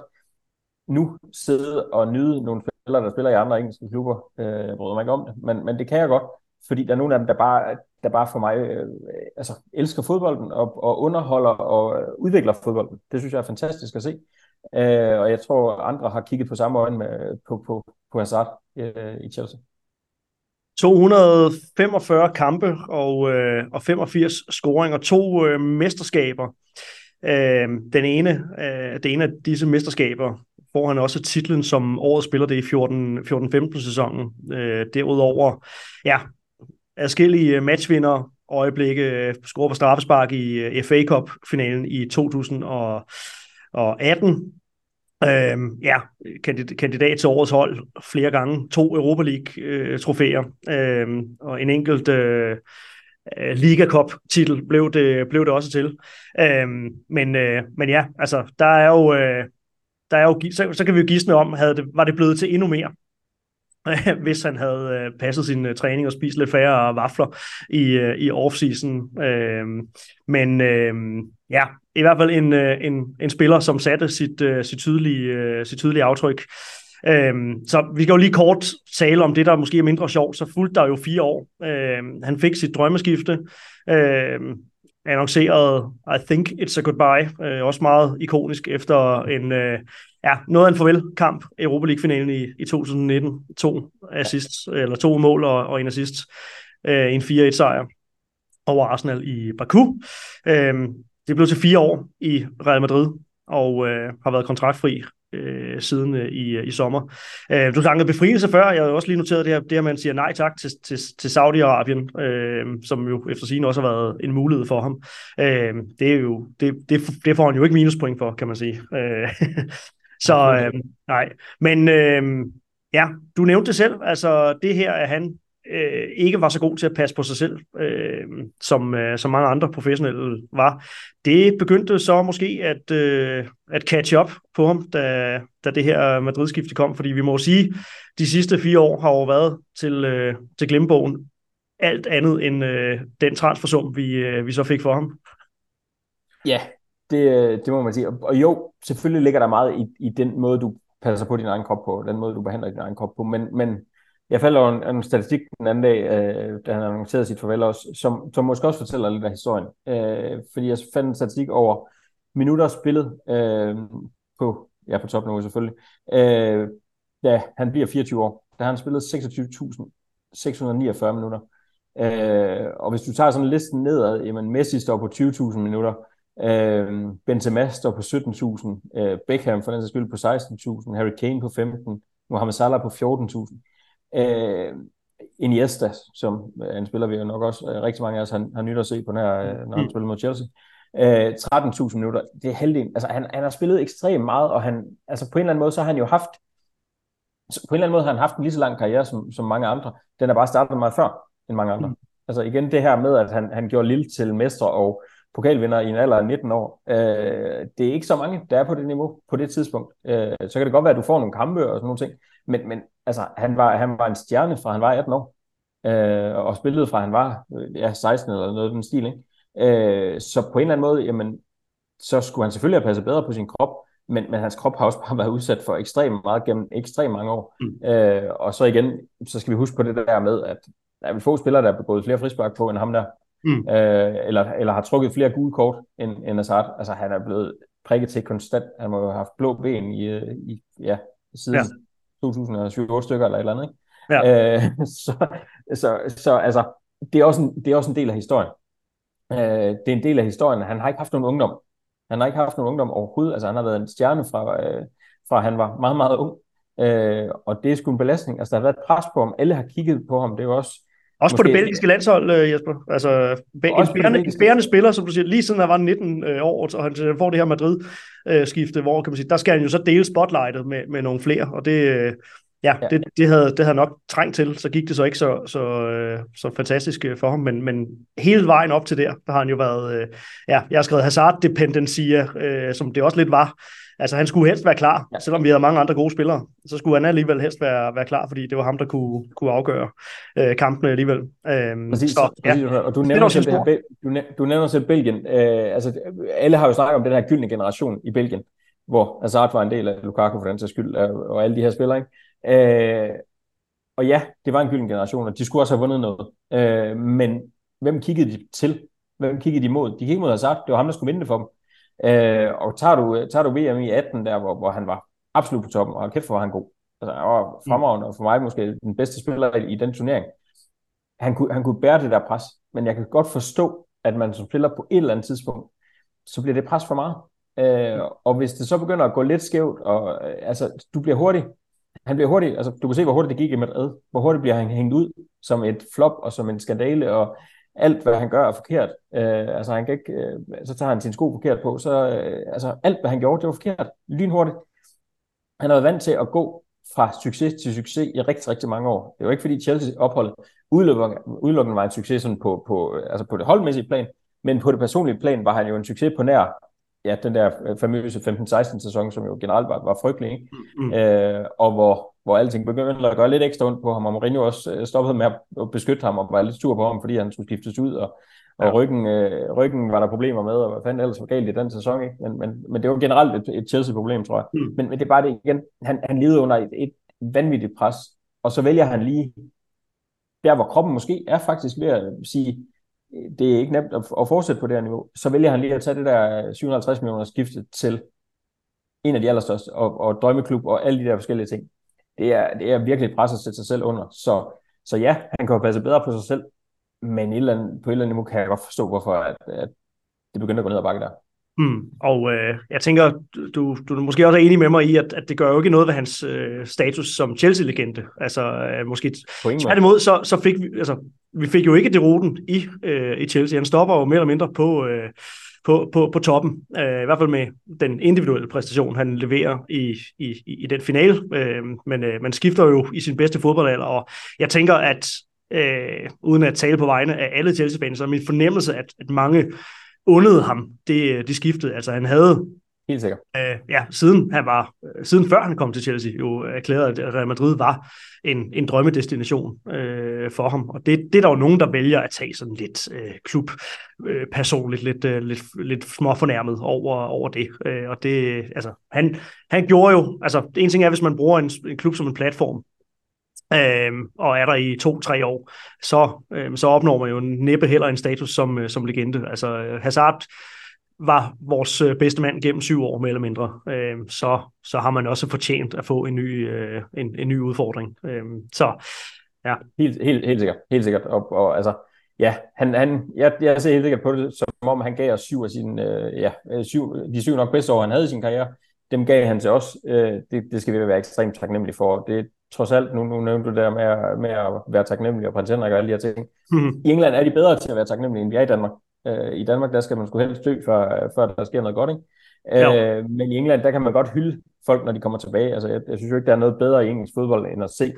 S3: nu sidde og nyde nogle spillere, der spiller i andre engelske klubber. Øh, jeg bryder mig ikke om det, men, men det kan jeg godt. Fordi der er nogle af dem, der bare, der bare for mig øh, altså, elsker fodbolden og, og underholder og øh, udvikler fodbolden. Det synes jeg er fantastisk at se. Øh, og jeg tror, andre har kigget på samme øjne med, på, på, på Hazard øh, i Chelsea.
S2: to hundrede og femogfyrre kampe og, øh, og femogfirs scoringer, to øh, mesterskaber. Øh, den ene, øh, det ene af disse mesterskaber får han også titlen som årets spiller, det i fjorten femten sæsonen. Øh, derudover, ja, adskillige matchvinder øjeblikke, scorer på straffespark i F A Cup-finalen i to tusind og atten. Øhm, ja, kandidat til årets hold flere gange, to Europa League-trofæer øhm, og en enkelt øh, Liga Cup-titel blev det, blev det også til. Øhm, men, øh, men ja, altså, der er jo, øh, der er jo så, så kan vi jo gisne om, havde det, var det blevet til endnu mere, hvis han havde øh, passet sin øh, træning og spist lidt færre vafler i, øh, i off-season. Øh, men øh, ja, i hvert fald en, øh, en, en spiller, som satte sit, øh, sit, tydelige, øh, sit tydelige aftryk. Øh, så vi skal jo lige kort tale om det, der måske er mindre sjovt. Så fulgte der jo fire år. Øh, han fik sit drømmeskifte. Øh, annoncerede I think it's a goodbye. Øh, også meget ikonisk efter en... Øh, Ja, noget af en farvel-kamp, Europa League-finalen i, i to tusind nitten. To assists, eller to mål og, og en assist. Øh, en fire et sejr over Arsenal i Baku. Øh, det blev til fire år i Real Madrid, og øh, har været kontraktfri øh, siden øh, i, i sommer. Øh, du snakkede befrielse før. Jeg har også lige noteret det her, det her, man siger nej tak til, til, til Saudi-Arabien, øh, som jo efter sigende også har været en mulighed for ham. Øh, det, er jo, det, det, det får han jo ikke minuspoint for, kan man sige. Øh, Så øh, nej, men øh, ja, du nævnte det selv, altså det her, at han øh, ikke var så god til at passe på sig selv, øh, som, øh, som mange andre professionelle var, det begyndte så måske at, øh, at catch up på ham, da, da det her Madrid-skifte kom, fordi vi må sige, de sidste fire år har jo været til, øh, til glemmebogen alt andet end øh, den transfersum, vi, øh, vi så fik for ham.
S3: Ja, Det, det må man sige. Og jo, selvfølgelig ligger der meget i, i den måde, du passer på din egen krop på, den måde, du behandler din egen krop på. Men, men jeg faldt over en, en statistik den anden dag, øh, da han annoncerede sit farvel også, som, som måske også fortæller lidt af historien. Øh, fordi jeg fandt en statistik over minutter spillet øh, på, ja, på topniveau selvfølgelig, øh, da han bliver fireogtyve år. Da han spillet seksogtyve tusind seks hundrede niogfyrre minutter. Øh, og hvis du tager sådan en listen nedad, jamen Messi står på tyve tusind minutter, Uh, Benzema står på sytten tusind, uh, Beckham for den sags skyld på seksten tusind, Harry Kane på femten, Mohamed Salah på fjorten tusind, uh, Iniesta, som uh, en spiller vi jo nok også uh, rigtig mange af os har, har nyt at se på, når, uh, når han spiller mod Chelsea, uh, tretten tusind minutter, det er halvdelen. Altså han, han har spillet ekstremt meget, og han, altså på en eller anden måde så har han jo haft på en eller anden måde har han haft en lige så lang karriere som, som mange andre. Den er bare startet meget før end mange andre. Mm. Altså igen det her med at han, han gjorde Lille til mestre og pokalvinder i en alder af nitten år. Øh, det er ikke så mange, der er på det niveau på det tidspunkt. Øh, så kan det godt være, at du får nogle kampe og sådan nogle ting, men, men altså, han, var, han var en stjerne fra han var atten år, øh, og spillede fra han var ja, seksten eller noget af den stil. Ikke? Øh, så på en eller anden måde, jamen, så skulle han selvfølgelig have passet bedre på sin krop, men, men hans krop har også bare været udsat for ekstremt meget gennem ekstremt mange år. Mm. Øh, og så igen, så skal vi huske på det der med, at der er vel få spillere, der har begået flere frispark på end ham der. Mm. Øh, eller, eller har trukket flere gule kort end, end Hazard. Altså han er blevet prikket til konstant. Han må jo have haft blå ben i, i ja, siden ja. to tusind og syv stykker eller et eller andet. Ikke? Ja. Øh, så, så, så altså, det er, også en, det er også en del af historien. Øh, det er en del af historien. Han har ikke haft nogen ungdom. Han har ikke haft nogen ungdom overhovedet. Altså han har været en stjerne fra, øh, fra han var meget, meget ung. Øh, og det er sgu en belastning. Altså der har været et pres på ham. Alle har kigget på ham. Det er jo også
S2: Også måske på det belgiske landshold, Jesper. Altså, en spærende, en spærende spiller, som du siger, lige siden han var nitten år, og han får det her Madrid-skifte, hvor kan man sige, der skal han jo så dele spotlightet med, med nogle flere, og det, ja, ja. Det, det, havde, det havde nok trængt til, så gik det så ikke så, så, så fantastisk for ham, men, men hele vejen op til der, der har han jo været, ja, jeg har skrevet Hazard-dependencia, som det også lidt var. Altså, han skulle helst være klar, ja. Selvom vi havde mange andre gode spillere. Så skulle han alligevel helst være, være klar, fordi det var ham, der kunne, kunne afgøre øh, kampene alligevel. Øhm,
S3: præcis, så, præcis, ja. Og du nævner, selv det her, du, nævner, du nævner selv Belgien. Øh, altså, alle har jo snakket om den her gyldne generation i Belgien, hvor Hazard var en del af Lukaku for den sags skyld, og alle de her spillere. Ikke? Øh, og ja, det var en gylden generation, og de skulle også have vundet noget. Øh, men hvem kiggede de til? Hvem kiggede de mod? De kiggede mod Hazard. Det var ham, der skulle vinde det for dem. Øh, og tager du, tager du V M i atten der, hvor, hvor han var absolut på toppen, og kæft for var han god. Altså, han var fremragende, og for mig måske den bedste spiller i, i den turnering. Han kunne, han kunne bære det der pres, men jeg kan godt forstå, at man som spiller på et eller andet tidspunkt, så bliver det pres for meget. Øh, og hvis det så begynder at gå lidt skævt, og øh, altså, du bliver hurtig, han bliver hurtig, altså du kan se, hvor hurtigt det gik i Madrid, hvor hurtigt bliver han hængt ud som et flop, og som en skandale, og alt, hvad han gør, er forkert. Øh, altså, han kan ikke, øh, så tager han sin sko forkert på. Så, øh, altså, alt, hvad han gjorde, det var forkert. Lynhurtigt. Han har været vant til at gå fra succes til succes i rigtig, rigtig mange år. Det var ikke, fordi Chelsea-opholdet udelukkende var en succes sådan på, på, altså på det holdmæssige plan, men på det personlige plan var han jo en succes på nær ja, den der famøse femten seksten sæson, som jo generelt var, var frygtelig, ikke?
S2: Mm.
S3: Øh, og hvor, hvor alting begyndte at gøre lidt ekstra ondt på ham, og Mourinho også stoppede med at beskytte ham, og var lidt sur på ham, fordi han skulle skiftes ud, og, og ja. ryggen, øh, ryggen var der problemer med, og hvad fanden ellers var galt i den sæson, ikke? Men, men, men det var generelt et, et Chelsea-problem, tror jeg. Mm. Men, men det er bare det igen, han, han levede under et, et vanvittigt pres, og så vælger han lige, der hvor kroppen måske er faktisk ved at sige, det er ikke nemt at, at fortsætte på det her niveau, så vælger han lige at tage det der syv hundrede og halvtreds millioner skifte til en af de allerstørste, og, og drømmeklub, og alle de der forskellige ting. Det er, det er virkelig et pres at sætte sig selv under. Så, så ja, han kan jo passe bedre på sig selv, men et eller andet, på et eller andet niveau kan jeg godt forstå, hvorfor at, at det begynder at gå ned ad bakke der.
S2: Mm. Og øh, jeg tænker, du, du er måske også enig med mig i, at, at det gør jo ikke noget ved hans øh, status som Chelsea-legende. Altså øh, måske tværtimod, så, så fik vi, altså, vi fik jo ikke derouten i, øh, i Chelsea. Han stopper jo mere eller mindre på, øh, på, på, på toppen. Øh, I hvert fald med den individuelle præstation, han leverer i, i, i den finale. Øh, men øh, man skifter jo i sin bedste fodboldalder, og jeg tænker, at øh, uden at tale på vegne af alle Chelsea-fans, så er min fornemmelse, at, at mange undede ham det, det skiftede. Altså han havde
S3: helt sikkert.
S2: Øh, ja, siden han var siden før han kom til Chelsea jo erklæret, at Real Madrid var en, en drømmedestination øh, for ham. Og det, det er der jo nogen, der vælger at tage sådan lidt øh, klub øh, personligt, lidt, øh, lidt, lidt småfornærmet over, over det. Øh, og det, altså, han, han gjorde jo, altså en ting er, hvis man bruger en, en klub som en platform, Øhm, og er der i to-tre år, så, øhm, så opnår man jo næppe heller en status som, øh, som legende. Altså Hazard var vores bedste mand gennem syv år, mere eller mindre. Øhm, så, så har man også fortjent at få en ny, øh, en, en ny udfordring. Øhm, så ja.
S3: Helt, helt, helt sikkert. Helt sikkert. Og, og altså, ja, han, han, jeg, jeg ser helt sikkert på det, som om han gav os syv af sine, øh, ja, syv, de syv nok bedste år, han havde i sin karriere. Dem gav han til os. Øh, det, det skal vi være ekstremt taknemmelige for. Det trods alt, nu, nu nævnte du der med at, med at være taknemmelig og prins Henrik og alle de her ting. Mm-hmm. I England er de bedre til at være taknemmelige, end vi er i Danmark. Øh, I Danmark, der skal man sgu helst dø, før, før der sker noget godt, ikke? Øh, men i England, der kan man godt hylde folk, når de kommer tilbage. Altså, jeg, jeg synes jo ikke, der er noget bedre i engelsk fodbold, end at se.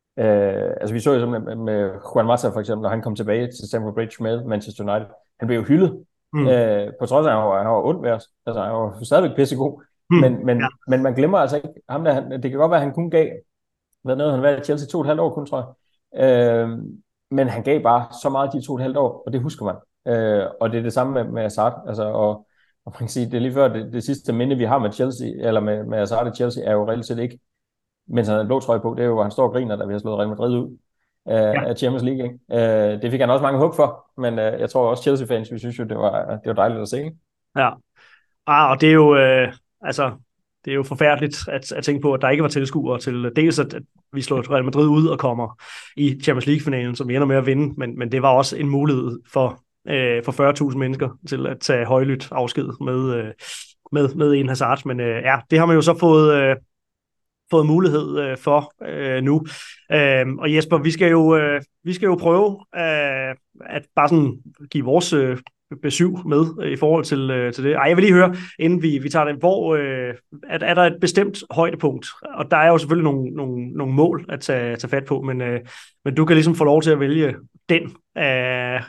S3: Øh, altså, vi så jo med, med Juan Mata for eksempel, når han kom tilbage til Stamford Bridge med Manchester United. Han blev jo hyldet, mm. øh, på trods af, at han var, han var ondt ved os. Altså, han var stadigvæk pissegod. Mm. Men, men, ja. men man glemmer altså ikke ham der. Han, det kan godt være, at han kun gav hvad noget, han var i Chelsea to og et halvt år kun, tror jeg. Øh, men han gav bare så meget de to og et halvt år, og det husker man. Øh, og det er det samme med, med Hazard. Altså, og, og man kan sige, det er lige før, det, det sidste minde, vi har med Chelsea, eller med, med Hazard i Chelsea, er jo reelt set ikke, mens han havde en blå trøje på, det er jo, hvor han står og griner, da vi har slået Real Madrid ud øh, ja. af Champions League. Ikke? Øh, det fik han også mange håb for, men øh, jeg tror også Chelsea-fans, vi synes jo, det var, det var dejligt at se. Ikke?
S2: Ja, ah, og det er jo, øh, altså... Det er jo forfærdeligt at, at tænke på, at der ikke var tilskuere til dels, at, at vi slår Real Madrid ud og kommer i Champions League-finalen, som vi ender med at vinde, men, men det var også en mulighed for, øh, for fyrre tusind mennesker til at tage højlydt afsked med, øh, med, med en Hazard. Men øh, ja, det har man jo så fået, øh, fået mulighed øh, for øh, nu. Øh, og Jesper, vi skal jo, øh, vi skal jo prøve øh, at bare sådan give vores... Øh, besøg med øh, i forhold til, øh, til det. Ej, jeg vil lige høre, inden vi, vi tager det, hvor øh, er, er der et bestemt højdepunkt? Og der er jo selvfølgelig nogle, nogle, nogle mål at tage, tage fat på, men, øh, men du kan ligesom få lov til at vælge den af,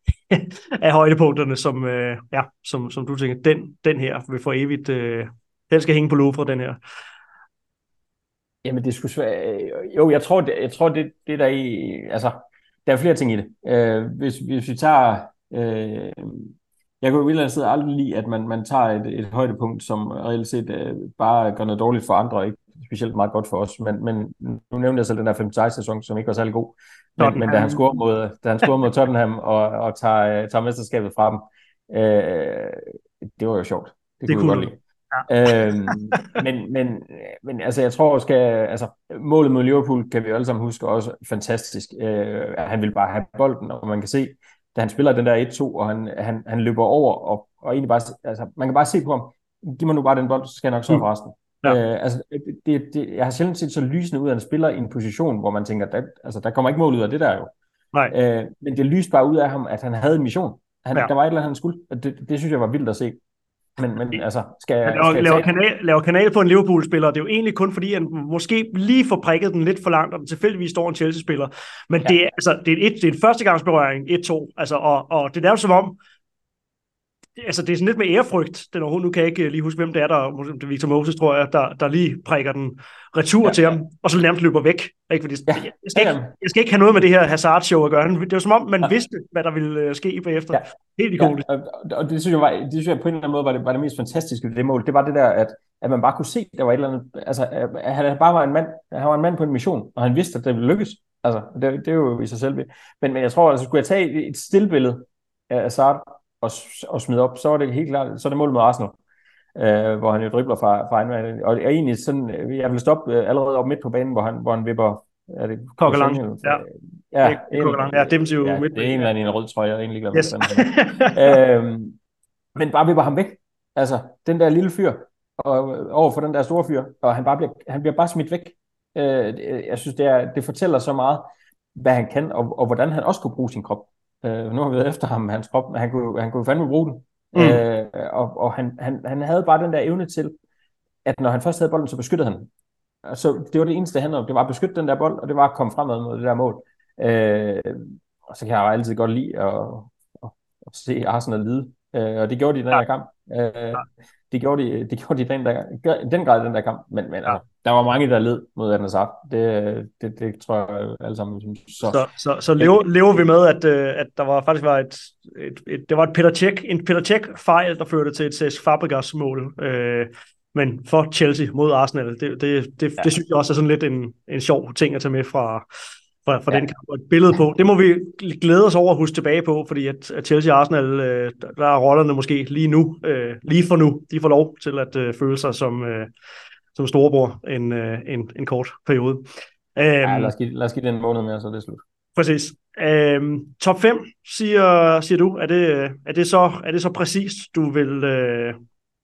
S2: af højdepunkterne, som, øh, ja, som, som du tænker, den, den her vil for evigt, øh, den skal hænge på Louvre, den her.
S3: Jamen, det skulle svært. Jo, jeg tror, det, jeg tror det, det der i, altså, der er flere ting i det. Øh, hvis, hvis vi tager Øh, jeg kan jo et eller andet sted aldrig lide, at man, man tager et, et højdepunkt, som reelt set øh, bare gør noget dårligt for andre, og ikke specielt meget godt for os. Men, men nu nævnte jeg selv den der femten seksten sæson, som ikke var særlig god. Men, men da han scorer mod, da han scorer mod Tottenham og, og tager, tager mesterskabet fra dem, øh, det var jo sjovt. Det, det kunne jeg godt lide. Ja. øhm, men, men, men altså jeg tror skal, altså målet mod Liverpool kan vi jo alle sammen huske også fantastisk. Øh, han vil bare have bolden, og man kan se, da han spiller den der et to, og han, han, han løber over, og, og egentlig bare, altså, man kan bare se på ham, giv mig nu bare den bold, så skal jeg nok sørge for resten. Ja. Øh, altså, det, det, jeg har sjældent set så lysende ud, at han spiller i en position, hvor man tænker, der, altså, der kommer ikke mål ud af det der jo.
S2: Nej.
S3: Øh, men det lyste bare ud af ham, at han havde en mission. Han,
S2: ja.
S3: Der var et eller andet, han skulle, og det, det synes jeg var vildt at se. Men, men altså, skal jeg...
S2: Laver, skal laver, kanal, laver kanal på en Liverpool-spiller, det er jo egentlig kun fordi, han måske lige får prikket den lidt for langt, og den tilfældigvis står en Chelsea-spiller. Men ja. det, er, altså, det, er et, det er en førstegangsberøring, et to, altså, og, og det er jo som om, altså, det er sådan lidt med ærefrygt. Den overhovedet, nu kan jeg ikke lige huske, hvem det er, der, det er Victor Moses, tror jeg, der, der lige prikker den retur ja, til ham, og så nærmest løber væk. Ikke? Fordi, ja, jeg, skal ikke, jeg skal ikke have noget med det her Hazard-show at gøre. Det var som om, man ja. vidste, hvad der ville ske bagefter. Ja. Helt ikonisk.
S3: Ja, og, og det synes jeg, var, det synes jeg på en eller anden måde var det, var det mest fantastiske ved det mål. Det var det der, at, at man bare kunne se, der var et eller andet, altså, at han bare var en mand, han var en mand på en mission, og han vidste, at det ville lykkes. Altså, det, det er jo i sig selv. Men, men jeg tror, altså, skulle jeg tage et stillbillede af Hazard og, og smide op, så var det helt klart, så er det mål mod Arsenal, øh, hvor han jo dribler fra, fra egen. Og egentlig sådan, jeg vil stoppe øh, allerede op midt på banen, hvor han, hvor han vipper, er det
S2: Coquelin? Ja.
S3: Ja,
S2: det er Coquelin. Ja, defensiv
S3: ja,
S2: midt.
S3: det er en eller anden i en rød trøje, jeg er egentlig glad yes. øhm, men bare vipper ham væk. Altså, den der lille fyr, og, over for den der store fyr, og han, bare bliver, han bliver bare smidt væk. Øh, jeg synes, det, er, det fortæller så meget, hvad han kan, og, og hvordan han også kunne bruge sin krop. Øh, nu har vi været efter ham med hans krop, men han kunne, han kunne fandme bruge den. Mm. Øh, og og han, han, han havde bare den der evne til, at når han først havde bolden, så beskyttede han. Så det var det eneste, det handlede om. Det var at beskytte den der bold, og det var at komme fremad mod det der mål. Øh, og så kan jeg jo altid godt lide at, at, at se Arsenal lide. Øh, og det gjorde de i den der kamp. Øh, det gjorde de, det gjorde de den, der, den grad i den der kamp. Men, men altså, der var mange, der led mod Eden Hazard. Det, det, det tror jeg alle sammen synes. Så,
S2: så, så, så lever, lever vi med, at, at der var faktisk var et, et, et, det var et Peter Cech, en Peter Cech-fejl, der førte til et Cesc Fabregas-mål. Øh, men for Chelsea mod Arsenal, det, det, det, ja. det synes jeg også er sådan lidt en, en sjov ting at tage med fra, fra, fra ja. den kamp, og et billede på. Det må vi glæde os over at huske tilbage på, fordi at, at Chelsea og Arsenal, øh, der er rollerne måske lige nu, øh, lige for nu, de får lov til at øh, føle sig som, øh, som storebror en, øh, en, en kort periode.
S3: Ja, lad os give, lad os give den måned mere, så det er slut.
S2: Præcis. Øhm, top fem, siger, siger du. Er det, er, det så, er det så præcist, du vil, øh,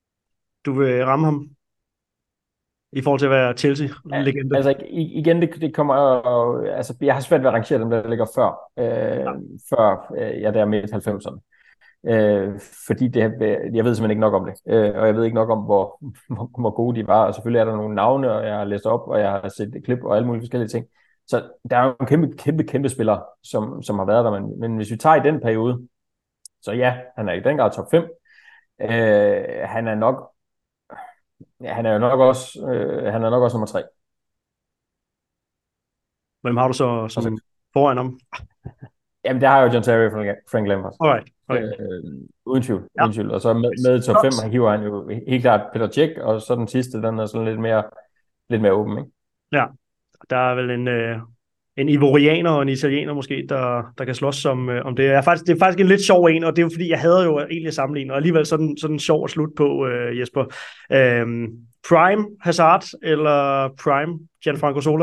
S2: du vil ramme ham? I forhold til at være Chelsea-legende?
S3: Ja, altså igen, det, det kommer og, altså jeg har svært ved at rangere dem, der ligger før, øh, ja. før øh, ja, der er midt halvfemserne. Øh, fordi det, jeg ved simpelthen ikke nok om det, øh, og jeg ved ikke nok om, hvor, hvor, hvor gode de var, og selvfølgelig er der nogle navne, og jeg har læst op, og jeg har set et klip og alle mulige forskellige ting. Så der er jo en kæmpe, kæmpe, kæmpe spillere, som, som har været der, men, men hvis vi tager i den periode, så ja, han er i den grad top fem. Øh, han er nok Ja, han er jo nok også, øh, han er nok også nummer tre.
S2: Hvem har du så som okay. foran ham?
S3: Jamen, der har jo John Terry og Frank Lampard.
S2: Alright. Okay.
S3: Øh, uden tvivl, ja. uden tvivl. Og så med, med top fem, han hiver han jo helt klart Peter Cech, og så den sidste, den er sådan lidt mere, lidt mere åben, ikke?
S2: Ja, der er vel en, øh, en ivorianer og en italiener måske, der, der kan slås om, øh, om det. Er faktisk, det er faktisk en lidt sjov en, og det er jo fordi, jeg hader jo egentlig at sammenligne, og alligevel sådan, sådan sjov at slutte på, øh, Jesper. Øh, Prime Hazard eller Prime Gianfranco Zola?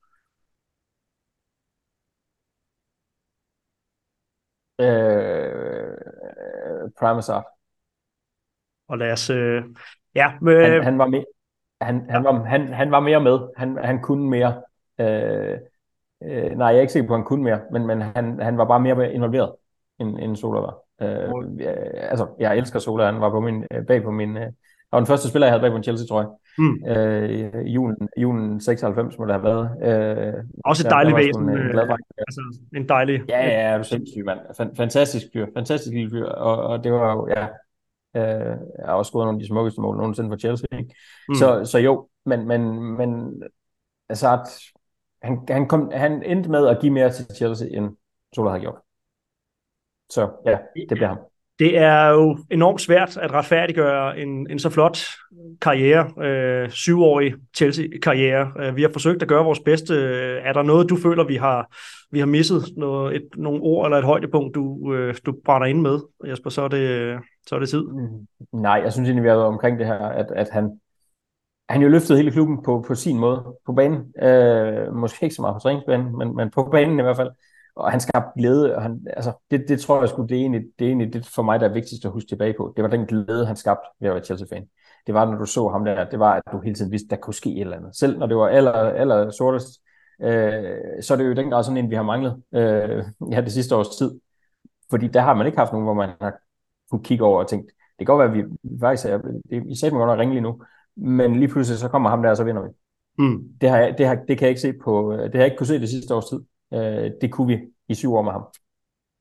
S3: Øh, Prime Hazard.
S2: Og lad os... Øh, ja, med...
S3: han, han, var med, han, han, var, han, han var mere med. Han, han kunne mere. Øh, øh, nej, jeg er ikke sikker på, at han kunne mere, men, men han, han var bare mere involveret, end, end Zola var. Øh, jeg, altså, jeg elsker Zola. Han var på min, bag på min... Øh, og den første spiller, jeg havde bag på en Chelsea, tror jeg. Mm. Øh, i julen, julen seksoghalvfems må det have været. Øh,
S2: Også et dejligt væsen.
S3: En,
S2: øh, altså, en dejlig...
S3: Ja, ja, ja, du er sindssyg, mand. Fantastisk fyr. Fantastisk lille fyr. Og, og det var jo, ja... Øh, jeg har også scoret nogle af de smukkeste mål nogensinde for Chelsea, ikke? Mm. Så, så jo, men, men, men altså, at han, han, kom, han endte med at give mere til Chelsea, end Zola havde gjort. Så ja, det bliver ham.
S2: Det er jo enormt svært at retfærdiggøre en, en så flot karriere, øh, syvårig Chelsea-karriere. Øh, vi har forsøgt at gøre vores bedste. Er der noget, du føler, vi har, vi har misset? Noget, et, nogle ord eller et højdepunkt, du, øh, du brænder ind med, Jesper? Så er det, så er det tid.
S3: Nej, jeg synes egentlig, vi har været omkring det her, at, at han, han jo løftede hele klubben på, på sin måde på banen. Øh, måske ikke så meget på træningsbanen, men, men på banen i hvert fald. Og han skabte glæde, og han, altså, det, det tror jeg sgu, det er, egentlig, det er egentlig det for mig, der er vigtigst at huske tilbage på. Det var den glæde, han skabte ved at være Chelsea-fan. Det var, når du så ham der, det var, at du hele tiden vidste, der kunne ske et eller andet. Selv når det var aller, aller sortest, øh, så er det jo i den grad sådan en, vi har manglet øh, ja, det sidste års tid. Fordi der har man ikke haft nogen, hvor man har kunne kigge over og tænkt, det kan godt være, at vi faktisk er, det, I sagde mig godt nok ringe lige nu, men lige pludselig så kommer ham der, og så vinder vi. Mm. Det, har jeg, det, har, det kan jeg ikke se på, det har jeg ikke kunne se det sidste års tid. Øh, det kunne vi i syv år med ham.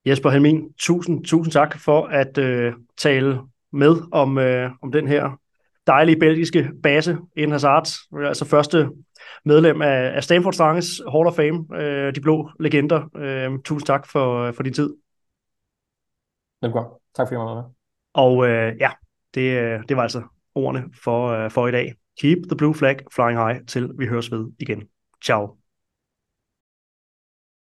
S2: Jesper Helmin, tusind, tusind tak for at øh, tale med om, øh, om den her dejlige belgiske base, Eden Hazard, altså første medlem af, af Stamford Stranges Hall of Fame, øh, de blå legender. Øh, tusind tak for, for din tid.
S3: Velkommen. Tak fordi jeg var med.
S2: Og øh, ja, det, det var altså ordene for, øh, for i dag. Keep the blue flag flying high, til vi høres ved igen. Ciao.